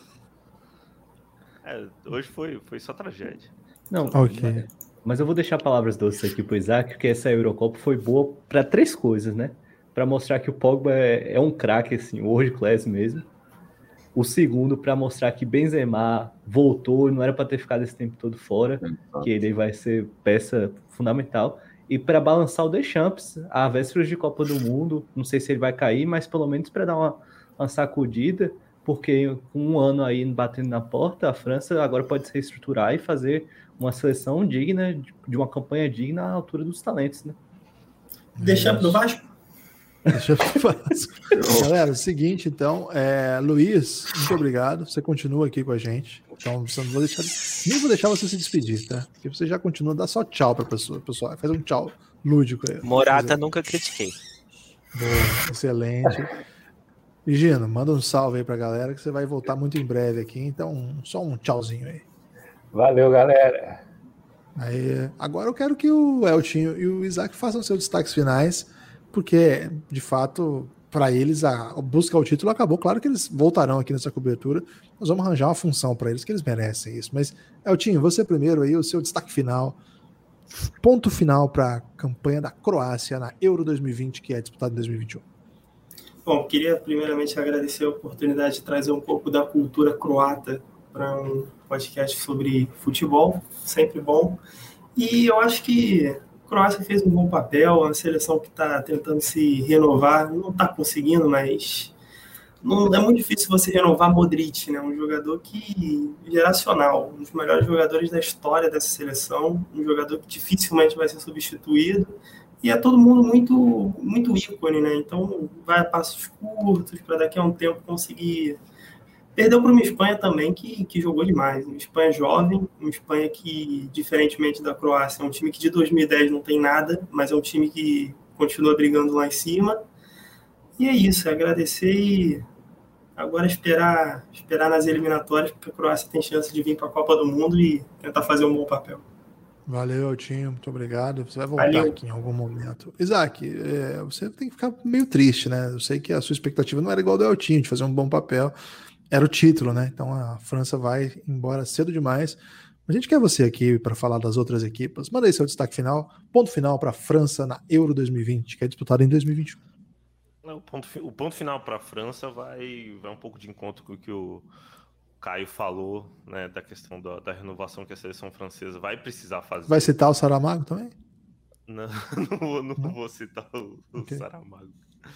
é, hoje foi foi só tragédia. Não, Ok. mas, mas eu vou deixar palavras doces aqui pro Isaac, porque essa Eurocopa foi boa para três coisas, né? Para mostrar que o Pogba é, é um craque, assim, world class mesmo. O segundo, para mostrar que Benzema voltou e não era para ter ficado esse tempo todo fora, que ele vai ser peça fundamental. E para balançar o Deschamps, a vésperas de Copa do Mundo, não sei se ele vai cair, mas pelo menos para dar uma, uma sacudida, porque com um ano aí batendo na porta, a França agora pode se reestruturar e fazer uma seleção digna, de uma campanha digna à altura dos talentos, né? Deixando do Vasco? Deixa eu falar. Galera, é o seguinte, então, é, Luiz, muito obrigado. Você continua aqui com a gente. Então, você não vou deixar, nem vou deixar você se despedir, tá? Porque você já continua, dá só tchau pra pessoa, pessoal. Faz um tchau lúdico aí. Morata nunca critiquei. Boa, excelente. E Gino, manda um salve aí pra galera que você vai voltar muito em breve aqui. Então, só um tchauzinho aí. Valeu, galera. Aí, agora eu quero que o Eltinho e o Isaac façam seus destaques finais, porque, de fato, para eles, a busca ao título acabou. Claro que eles voltarão aqui nessa cobertura. Nós vamos arranjar uma função para eles, que eles merecem isso. Mas, Eltinho, você primeiro aí, o seu destaque final, ponto final para a campanha da Croácia na Euro dois mil e vinte, que é disputada em dois mil e vinte e um. Bom, queria primeiramente agradecer a oportunidade de trazer um pouco da cultura croata para um podcast sobre futebol, sempre bom. E eu acho que a Croácia fez um bom papel, uma seleção que está tentando se renovar, não está conseguindo, mas não, é muito difícil você renovar Modric, né? Um jogador que geracional, um dos melhores jogadores da história dessa seleção, um jogador que dificilmente vai ser substituído. E é todo mundo muito, muito ícone, né? Então vai a passos curtos para daqui a um tempo conseguir. Perdeu para uma Espanha também que, que jogou demais. Uma Espanha jovem, uma Espanha que, diferentemente da Croácia, é um time que de dois mil e dez não tem nada, mas é um time que continua brigando lá em cima. E é isso, é agradecer e agora esperar, esperar nas eliminatórias, porque a Croácia tem chance de vir para a Copa do Mundo e tentar fazer um bom papel. Valeu, Eltinho, muito obrigado. Você vai voltar Valeu. aqui em algum momento. Isaac, é, você tem que ficar meio triste, né? Eu sei que a sua expectativa não era igual ao do Eltinho, de fazer um bom papel. Era o título, né? Então a França vai embora cedo demais. A gente quer você aqui para falar das outras equipas. Manda aí seu destaque final, ponto final para a França na Euro dois mil e vinte, que é disputada em dois mil e vinte e um. O ponto, o ponto final para a França vai, vai um pouco de encontro com o que o Caio falou, né, da questão da, da renovação que a seleção francesa vai precisar fazer. Vai citar o Saramago também? Não, não, vou, não, não? vou citar o, o okay. Saramago.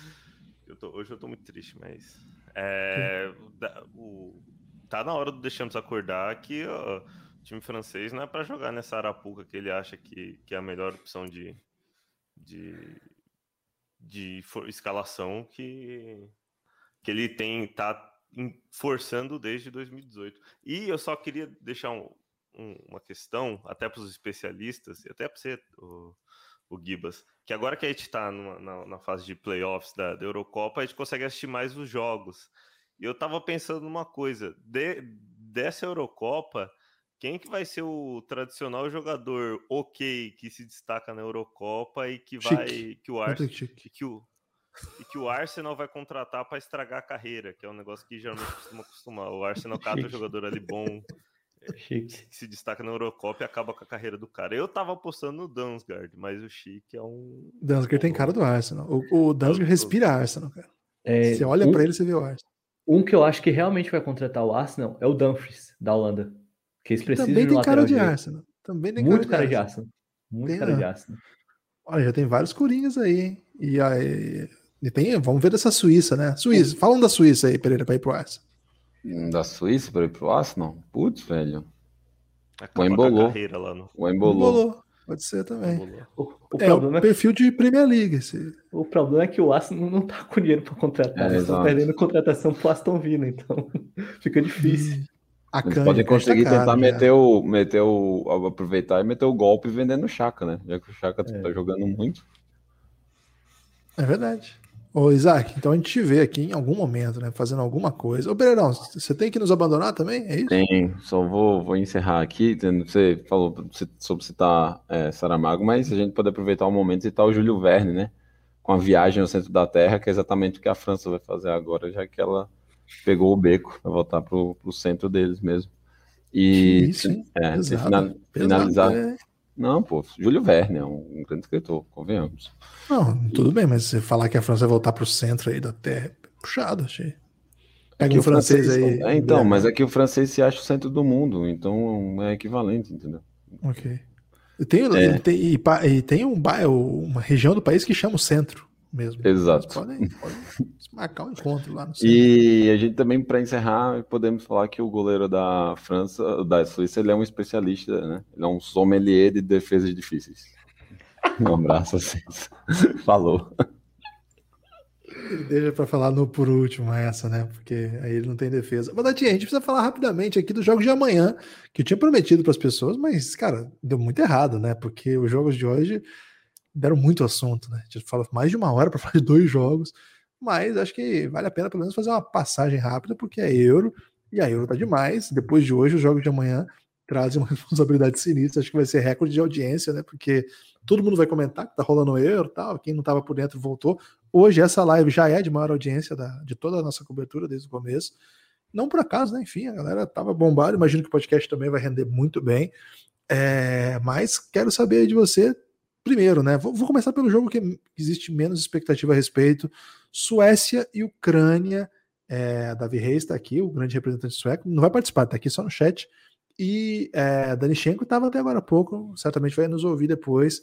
Eu tô, hoje eu tô muito triste, mas... É, okay. o, tá na hora do deixamos acordar que ó, o time francês não é para jogar nessa arapuca que ele acha que, que é a melhor opção de, de, de for, escalação que, que ele tem, tá forçando desde dois mil e dezoito. E eu só queria deixar um, um, uma questão, até para os especialistas, e até para você, o, o Gibas, que agora que a gente está na, na fase de playoffs da, da Eurocopa, a gente consegue assistir mais os jogos. E eu estava pensando numa coisa, de, dessa Eurocopa, quem que vai ser o tradicional jogador ok que se destaca na Eurocopa e que vai... Chique. Que o Arsenal... Que o, e que o Arsenal vai contratar para estragar a carreira, que é um negócio que geralmente costuma acostumar. O Arsenal cata um jogador ali bom, Chique. que se destaca na Eurocopa e acaba com a carreira do cara. Eu tava apostando no Damsgaard, mas o Chique é um... Damsgaard tem cara do Arsenal. O, o Damsgaard respira Arsenal, cara. É, você olha um, para ele, você vê o Arsenal. Um que eu acho que realmente vai contratar o Arsenal é o Dumfries, da Holanda. Que eles precisam também de um tem cara de direito. Arsenal. Também tem Muito cara cara de de Arsenal. Arsenal. Muito tem, cara não. de Arsenal. Olha, já tem vários coringas aí, hein? E aí... E tem, vamos ver dessa Suíça, né? Suíça, falam da Suíça aí, Pereira, para ir pro Arsenal. Da Suíça para ir pro Arsenal? Putz, velho. Acaba o embolou. Lá no... O embolou. embolou. Pode ser também. O, o é o perfil de Premier League. Esse... O problema é que o Arsenal não tá com dinheiro para contratar. É, eles estão perdendo contratação pro Aston Villa, então fica difícil. Hum. A Eles podem conseguir tá tentar caro, meter, o, meter o. aproveitar e meter o golpe vendendo o Chaka, né? Já que o Chaka é. tá jogando muito. É verdade. Ô, Isaac, então a gente te vê aqui em algum momento, né? Fazendo alguma coisa. Ô, Pereirão, você tem que nos abandonar também? É isso? Tem, só vou, vou encerrar aqui. Você falou sobre citar é, Saramago, mas a gente pode aproveitar o momento e citar o Júlio Verne, né? Com a viagem ao centro da Terra, que é exatamente o que a França vai fazer agora, já que ela pegou o beco para voltar para o centro deles mesmo. E isso, hein? É, Pesado, final, finalizar. Pesado, é. Não, pô, Júlio Verne é um, um grande escritor, convenhamos. Não, tudo bem, mas você falar que a França vai voltar pro centro aí da Terra, é puxado, achei. Pega um o francês, francês aí. É, então, é. mas é que o francês se acha o centro do mundo, então é equivalente, entendeu? Ok. E tem, é. tem, e, e tem um bairro, uma região do país que chama o centro mesmo. Exato. Vocês podem, podem marcar um encontro lá no centro. E a gente também, para encerrar, podemos falar que o goleiro da França, da Suíça, ele é um especialista, né? Ele é um sommelier de defesas difíceis. Um abraço a vocês. Falou. Ele deixa para falar no por último essa, né? Porque aí ele não tem defesa. Mas, Datinha, a gente precisa falar rapidamente aqui dos jogos de amanhã, que eu tinha prometido para as pessoas, mas, cara, deu muito errado, né? Porque os jogos de hoje deram muito assunto, né? A gente falou mais de uma hora para falar de dois jogos, mas acho que vale a pena pelo menos fazer uma passagem rápida, porque é Euro, e a Euro tá demais. Depois de hoje, os jogos de amanhã trazem uma responsabilidade sinistra. Acho que vai ser recorde de audiência, né? Porque todo mundo vai comentar que tá rolando o Euro e tal. Quem não tava por dentro voltou. Hoje essa live já é de maior audiência da, de toda a nossa cobertura desde o começo. Não por acaso, né? Enfim, a galera tava bombada. Imagino que o podcast também vai render muito bem. É, mas quero saber de você primeiro, né? Vou, vou começar pelo jogo que existe menos expectativa a respeito. Suécia e Ucrânia. É, Davi Reis está aqui, o grande representante sueco. Não vai participar, está aqui só no chat. E é, Danichenko estava até agora há pouco, certamente vai nos ouvir depois.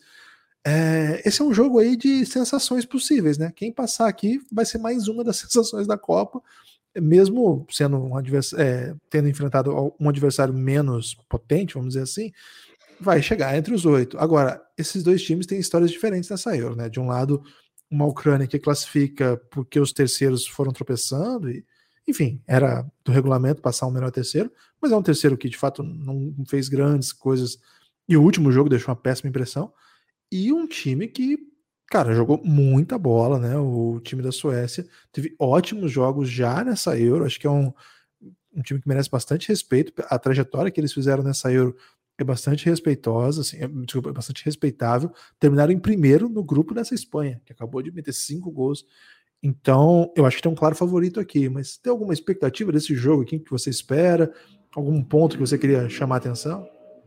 É, esse é um jogo aí de sensações possíveis, né? Quem passar aqui vai ser mais uma das sensações da Copa, mesmo sendo um adversário, é, tendo enfrentado um adversário menos potente, vamos dizer assim, vai chegar entre os oito. Agora, esses dois times têm histórias diferentes nessa Euro, né? De um lado, uma Ucrânia que classifica porque os terceiros foram tropeçando e, enfim, era do regulamento passar um melhor terceiro, mas é um terceiro que de fato não fez grandes coisas e o último jogo deixou uma péssima impressão. E um time que, cara, jogou muita bola, né? O time da Suécia teve ótimos jogos já nessa Euro. Acho que é um, um time que merece bastante respeito. A trajetória que eles fizeram nessa Euro é bastante respeitosa, assim, é, desculpa, é bastante respeitável. Terminaram em primeiro no grupo dessa Espanha, que acabou de meter cinco gols. Então, eu acho que tem um claro favorito aqui. Mas tem alguma expectativa desse jogo aqui que você espera? Algum ponto que você queria chamar a atenção?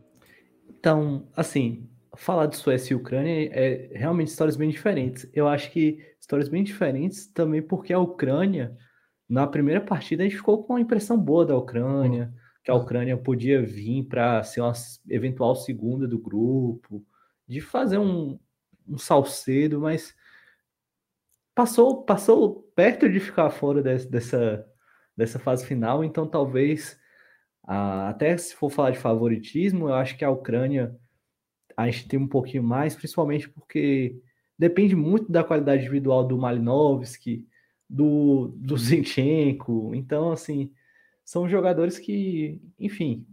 Então, assim, falar de Suécia e Ucrânia é realmente histórias bem diferentes. Eu acho que histórias bem diferentes também porque a Ucrânia, na primeira partida, a gente ficou com uma impressão boa da Ucrânia, que a Ucrânia podia vir para ser uma eventual segunda do grupo, de fazer um, um salcedo, mas passou, passou perto de ficar fora desse, dessa, dessa fase final, então talvez, ah, até se for falar de favoritismo, eu acho que a Ucrânia a gente tem um pouquinho mais, principalmente porque depende muito da qualidade individual do Malinovski, do, do Zinchenko. Então, assim, são jogadores que, enfim.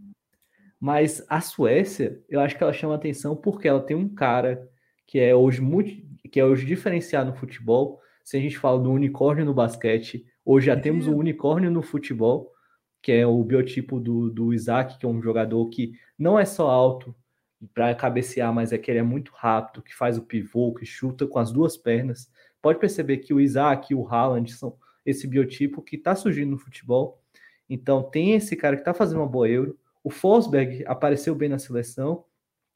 Mas a Suécia, eu acho que ela chama atenção porque ela tem um cara que é hoje muito, que é hoje diferenciado no futebol. Se a gente fala do unicórnio no basquete, hoje já temos um unicórnio no futebol, que é o biotipo do, do Isaac, que é um jogador que não é só alto para cabecear, mas é que ele é muito rápido, que faz o pivô, que chuta com as duas pernas. Pode perceber que o Isaac e o Haaland são esse biotipo que está surgindo no futebol. Então tem esse cara que está fazendo uma boa Euro. O Forsberg apareceu bem na seleção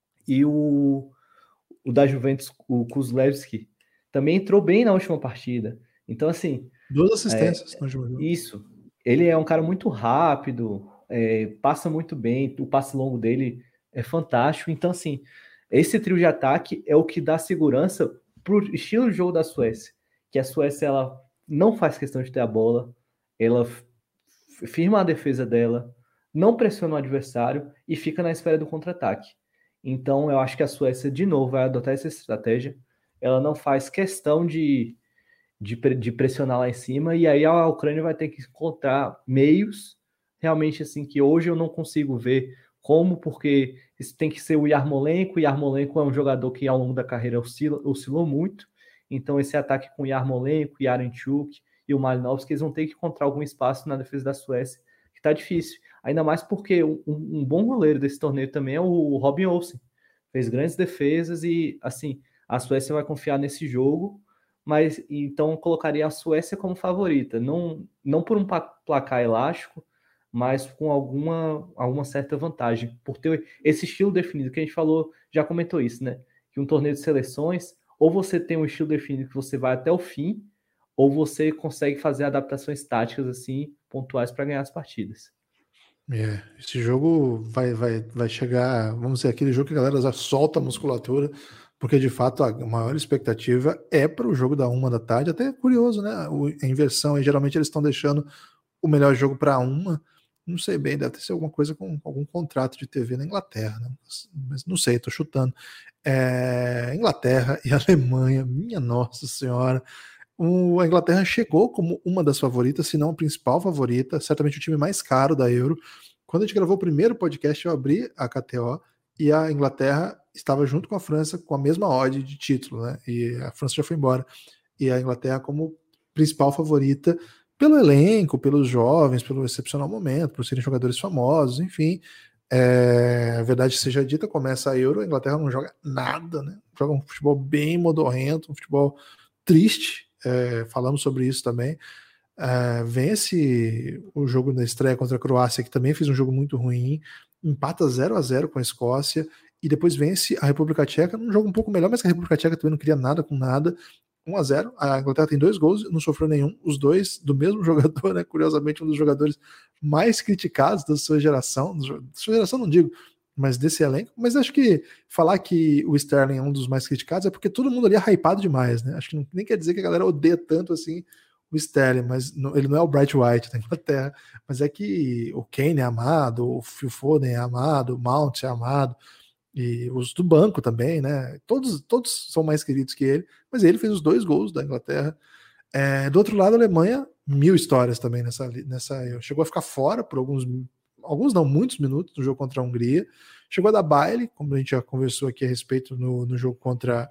e o, o da Juventus, o Kuznetsov, também entrou bem na última partida. Então, assim... Duas assistências é, no jogo. Isso. Ele é um cara muito rápido, é, passa muito bem, o passe longo dele é fantástico. Então, assim, esse trio de ataque é o que dá segurança pro estilo de jogo da Suécia. Que a Suécia, ela não faz questão de ter a bola, ela firma a defesa dela, não pressiona o adversário e fica na espera do contra-ataque. Então, eu acho que a Suécia, de novo, vai adotar essa estratégia. Ela não faz questão de, de, de pressionar lá em cima, e aí a Ucrânia vai ter que encontrar meios, realmente, assim, que hoje eu não consigo ver como, porque isso tem que ser o Yarmolenko. O Yarmolenko é um jogador que ao longo da carreira oscila, oscilou muito, então esse ataque com o Yarmolenko, Yarenchuk e o Malinovski, eles vão ter que encontrar algum espaço na defesa da Suécia, que tá difícil, ainda mais porque um, um bom goleiro desse torneio também é o Robin Olsen, fez grandes defesas e, assim, a Suécia vai confiar nesse jogo, mas então eu colocaria a Suécia como favorita, não, não por um placar elástico, mas com alguma, alguma certa vantagem, por ter esse estilo definido, que a gente falou, já comentou isso, né? Que um torneio de seleções, ou você tem um estilo definido que você vai até o fim, ou você consegue fazer adaptações táticas, assim, pontuais para ganhar as partidas. É, esse jogo vai, vai, vai chegar, vamos dizer, aquele jogo que a galera já solta a musculatura, porque de fato a maior expectativa é para o jogo da uma da tarde. Até é curioso, né? O, a inversão, aí, geralmente eles estão deixando o melhor jogo para uma. Não sei bem, deve ter alguma coisa com algum contrato de T V na Inglaterra, né? Mas não sei, tô chutando. É, Inglaterra e Alemanha, minha nossa senhora. O, a Inglaterra chegou como uma das favoritas, se não a principal favorita, certamente o time mais caro da Euro. Quando a gente gravou o primeiro podcast, eu abri a K T O e a Inglaterra estava junto com a França com a mesma odd de título, né? E a França já foi embora. E a Inglaterra como principal favorita pelo elenco, pelos jovens, pelo excepcional momento, por serem jogadores famosos, enfim. É, a verdade seja dita, começa a Euro, a Inglaterra não joga nada, né? Joga um futebol bem modorrento, um futebol triste, é, falamos sobre isso também. É, vence o jogo na estreia contra a Croácia, que também fez um jogo muito ruim, empata zero a zero com a Escócia, e depois vence a República Tcheca, num jogo um pouco melhor, mas que a República Tcheca também não queria nada com nada, um a zero, a Inglaterra tem dois gols, não sofreu nenhum, os dois do mesmo jogador, né? Curiosamente, um dos jogadores mais criticados da sua geração, da sua geração não digo, mas desse elenco, mas acho que falar que o Sterling é um dos mais criticados é porque todo mundo ali é hypado demais, né? Acho que não, nem quer dizer que a galera odeia tanto assim o Sterling, mas não, ele não é o Bright White da Inglaterra, mas é que o Kane é amado, o Phil Foden é amado, o Mount é amado, e os do banco também, né? Todos, todos são mais queridos que ele, mas ele fez os dois gols da Inglaterra. É, do outro lado, a Alemanha, mil histórias também nessa, nessa. Chegou a ficar fora por alguns, alguns não, muitos minutos no jogo contra a Hungria. Chegou a dar baile, como a gente já conversou aqui a respeito no, no jogo contra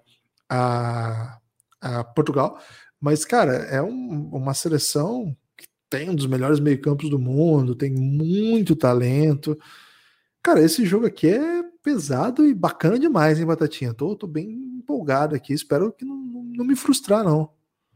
a, a Portugal. Mas, cara, é um, uma seleção que tem um dos melhores meio-campos do mundo, tem muito talento. Cara, esse jogo aqui é pesado e bacana demais, hein, Batatinha? Tô, tô bem empolgado aqui, espero que não, não me frustrar, não.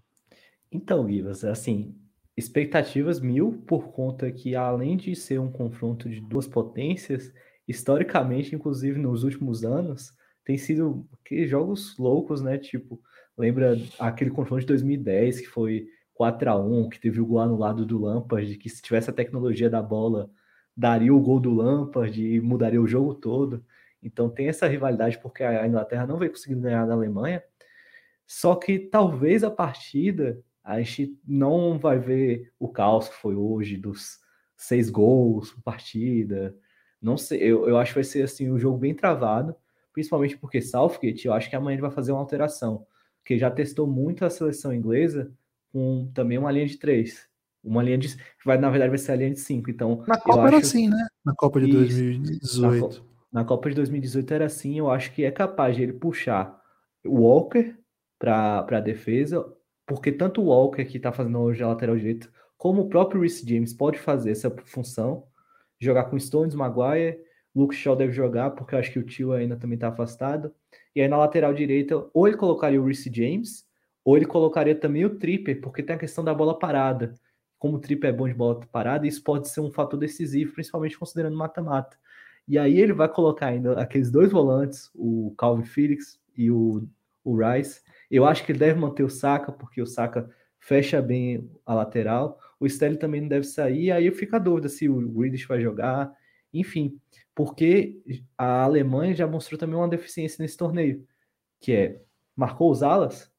Então, Guivas, assim, expectativas mil por conta que, além de ser um confronto de duas potências, historicamente, inclusive nos últimos anos, tem sido que jogos loucos, né? Tipo, lembra aquele confronto de dois mil e dez, que foi quatro a um, que teve o gol anulado do Lampard, que se tivesse a tecnologia da bola, daria o gol do Lampard e mudaria o jogo todo. Então tem essa rivalidade porque a Inglaterra não veio conseguindo ganhar da Alemanha, só que talvez a partida a gente não vai ver o caos que foi hoje dos seis gols por partida. Não sei, eu, eu acho que vai ser assim um jogo bem travado, principalmente porque Southgate, eu acho que amanhã ele vai fazer uma alteração, porque já testou muito a seleção inglesa com também uma linha de três. Uma linha de. Vai, na verdade, vai ser a linha de cinco. Então, Na Copa eu era acho assim, né? Na Copa de isso, dois mil e dezoito. Na, na Copa de dois mil e dezoito era assim. Eu acho que é capaz de ele puxar o Walker para a defesa, porque tanto o Walker, que está fazendo hoje a lateral direito, como o próprio Reece James pode fazer essa função, jogar com Stones, Maguire, Luke Shaw deve jogar, porque eu acho que o Tio ainda também está afastado, e aí na lateral direita, ou ele colocaria o Reece James, ou ele colocaria também o Tripper, porque tem a questão da bola parada. Como o Tripper é bom de bola parada, isso pode ser um fator decisivo, principalmente considerando mata-mata. E aí ele vai colocar ainda aqueles dois volantes, o Calvin Phillips e o, o Rice. Eu acho que ele deve manter o Saka, porque o Saka fecha bem a lateral. O Sterling também não deve sair, aí fica a dúvida se o Grealish vai jogar. Enfim, porque a Alemanha já mostrou também uma deficiência nesse torneio, que é, marcou os alas,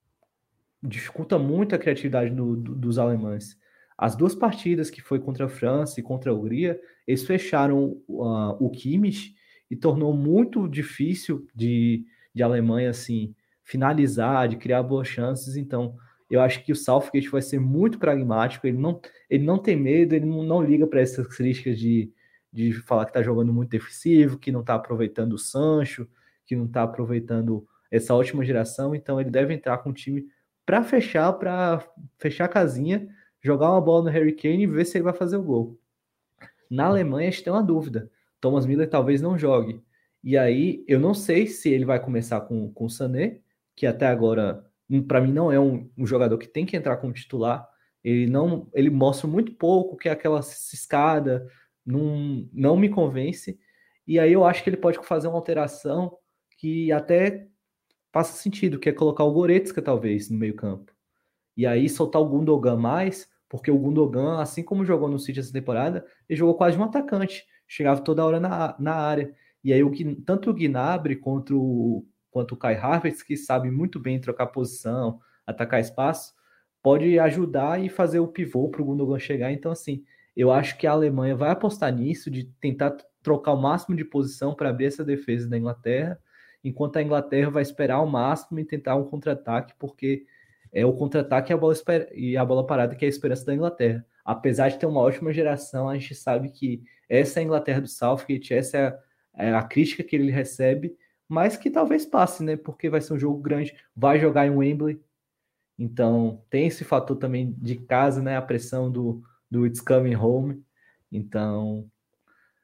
dificulta muito a criatividade do, do, dos alemães. As duas partidas que foi contra a França e contra a Hungria, eles fecharam uh, o Kimmich e tornou muito difícil de, de Alemanha assim, finalizar, de criar boas chances. Então, eu acho que o Southgate vai ser muito pragmático, ele não, ele não tem medo, ele não, não liga para essas críticas de, de falar que está jogando muito defensivo, que não está aproveitando o Sancho, que não está aproveitando essa última geração. Então, ele deve entrar com o time para fechar, para fechar a casinha, jogar uma bola no Harry Kane e ver se ele vai fazer o gol. Na Alemanha, a gente tem uma dúvida. Thomas Müller talvez não jogue. E aí, eu não sei se ele vai começar com, com o Sané, que até agora, para mim, não é um, um jogador que tem que entrar como titular. Ele não, ele mostra muito pouco, que é aquela ciscada, não, não me convence. E aí eu acho que ele pode fazer uma alteração que até faça sentido, que é colocar o Goretzka, talvez, no meio campo. E aí soltar o Gundogan mais, porque o Gundogan, assim como jogou no City essa temporada, ele jogou quase um atacante, chegava toda hora na, na área. E aí o, tanto o Gnabry quanto o, quanto o Kai Havertz, que sabe muito bem trocar posição, atacar espaço, pode ajudar e fazer o pivô para o Gundogan chegar. Então, assim, eu acho que a Alemanha vai apostar nisso, de tentar trocar o máximo de posição para abrir essa defesa da Inglaterra, enquanto a Inglaterra vai esperar o máximo e tentar um contra-ataque, porque é o contra-ataque e a bola, esper... e a bola parada que é a esperança da Inglaterra. Apesar de ter uma ótima geração, a gente sabe que essa é a Inglaterra do Southgate, essa é a, é a crítica que ele recebe, mas que talvez passe, né? Porque vai ser um jogo grande, vai jogar em Wembley, então tem esse fator também de casa, né? A pressão do, do It's Coming Home. Então,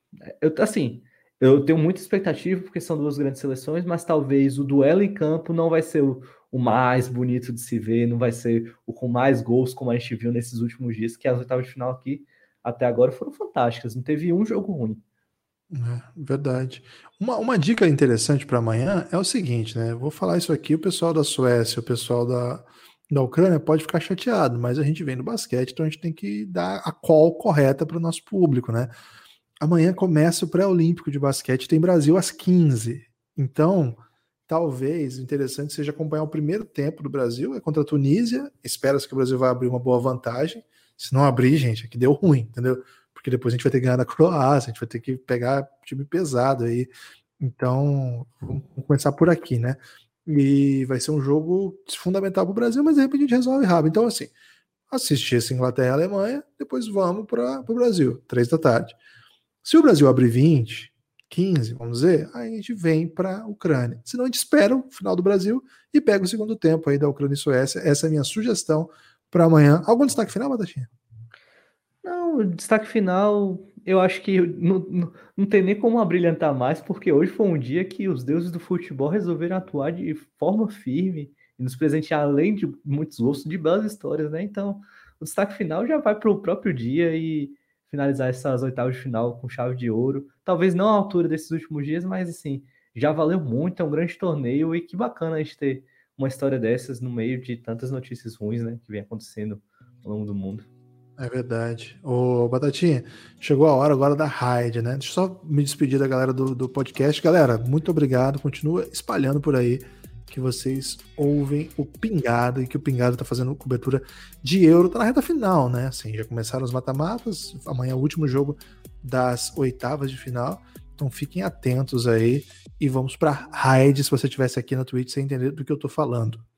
Eu, assim, eu tenho muita expectativa porque são duas grandes seleções, mas talvez o duelo em campo não vai ser o, o mais bonito de se ver, não vai ser o com mais gols, como a gente viu nesses últimos dias, que as oitavas de final aqui até agora foram fantásticas, não teve um jogo ruim. É, verdade. Uma, uma dica interessante para amanhã é o seguinte, né? Vou falar isso aqui, o pessoal da Suécia, o pessoal da, da Ucrânia pode ficar chateado, mas a gente vem no basquete, então a gente tem que dar a call correta para o nosso público, né? Amanhã começa o pré-olímpico de basquete, tem Brasil às quinze. Então, talvez interessante seja acompanhar o primeiro tempo do Brasil, é contra a Tunísia. Espera-se que o Brasil vai abrir uma boa vantagem. Se não abrir, gente, aqui deu ruim, entendeu? Porque depois a gente vai ter que ganhar da Croácia, a gente vai ter que pegar time pesado aí. Então, vamos começar por aqui, né? E vai ser um jogo fundamental para o Brasil, mas de repente a gente resolve rápido. Então, assim, assistir essa Inglaterra e Alemanha, depois vamos para o Brasil, três da tarde. Se o Brasil abrir vinte, quinze, vamos dizer, aí a gente vem para a Ucrânia. Senão a gente espera o final do Brasil e pega o segundo tempo aí da Ucrânia e Suécia. Essa é a minha sugestão para amanhã. Algum destaque final, Batatinha? Não, destaque final, eu acho que não, não, não tem nem como abrilhantar mais, porque hoje foi um dia que os deuses do futebol resolveram atuar de forma firme e nos presentear, além de muitos gostos, de belas histórias, né? Então, o destaque final já vai para o próprio dia e finalizar essas oitavas de final com chave de ouro. Talvez não à altura desses últimos dias, mas assim, já valeu muito, é um grande torneio e que bacana a gente ter uma história dessas no meio de tantas notícias ruins, né, que vem acontecendo ao longo do mundo. É verdade. Ô, Batatinha, chegou a hora agora da raid, né? Deixa eu só me despedir da galera do, do podcast. Galera, muito obrigado. Continua espalhando por aí que vocês ouvem o Pingado e que o Pingado tá fazendo cobertura de Euro. Tá na reta final, né? Assim, já começaram os mata-matas. Amanhã é o último jogo das oitavas de final. Então fiquem atentos aí e vamos pra raid. Se você estivesse aqui na Twitch sem entender do que eu tô falando.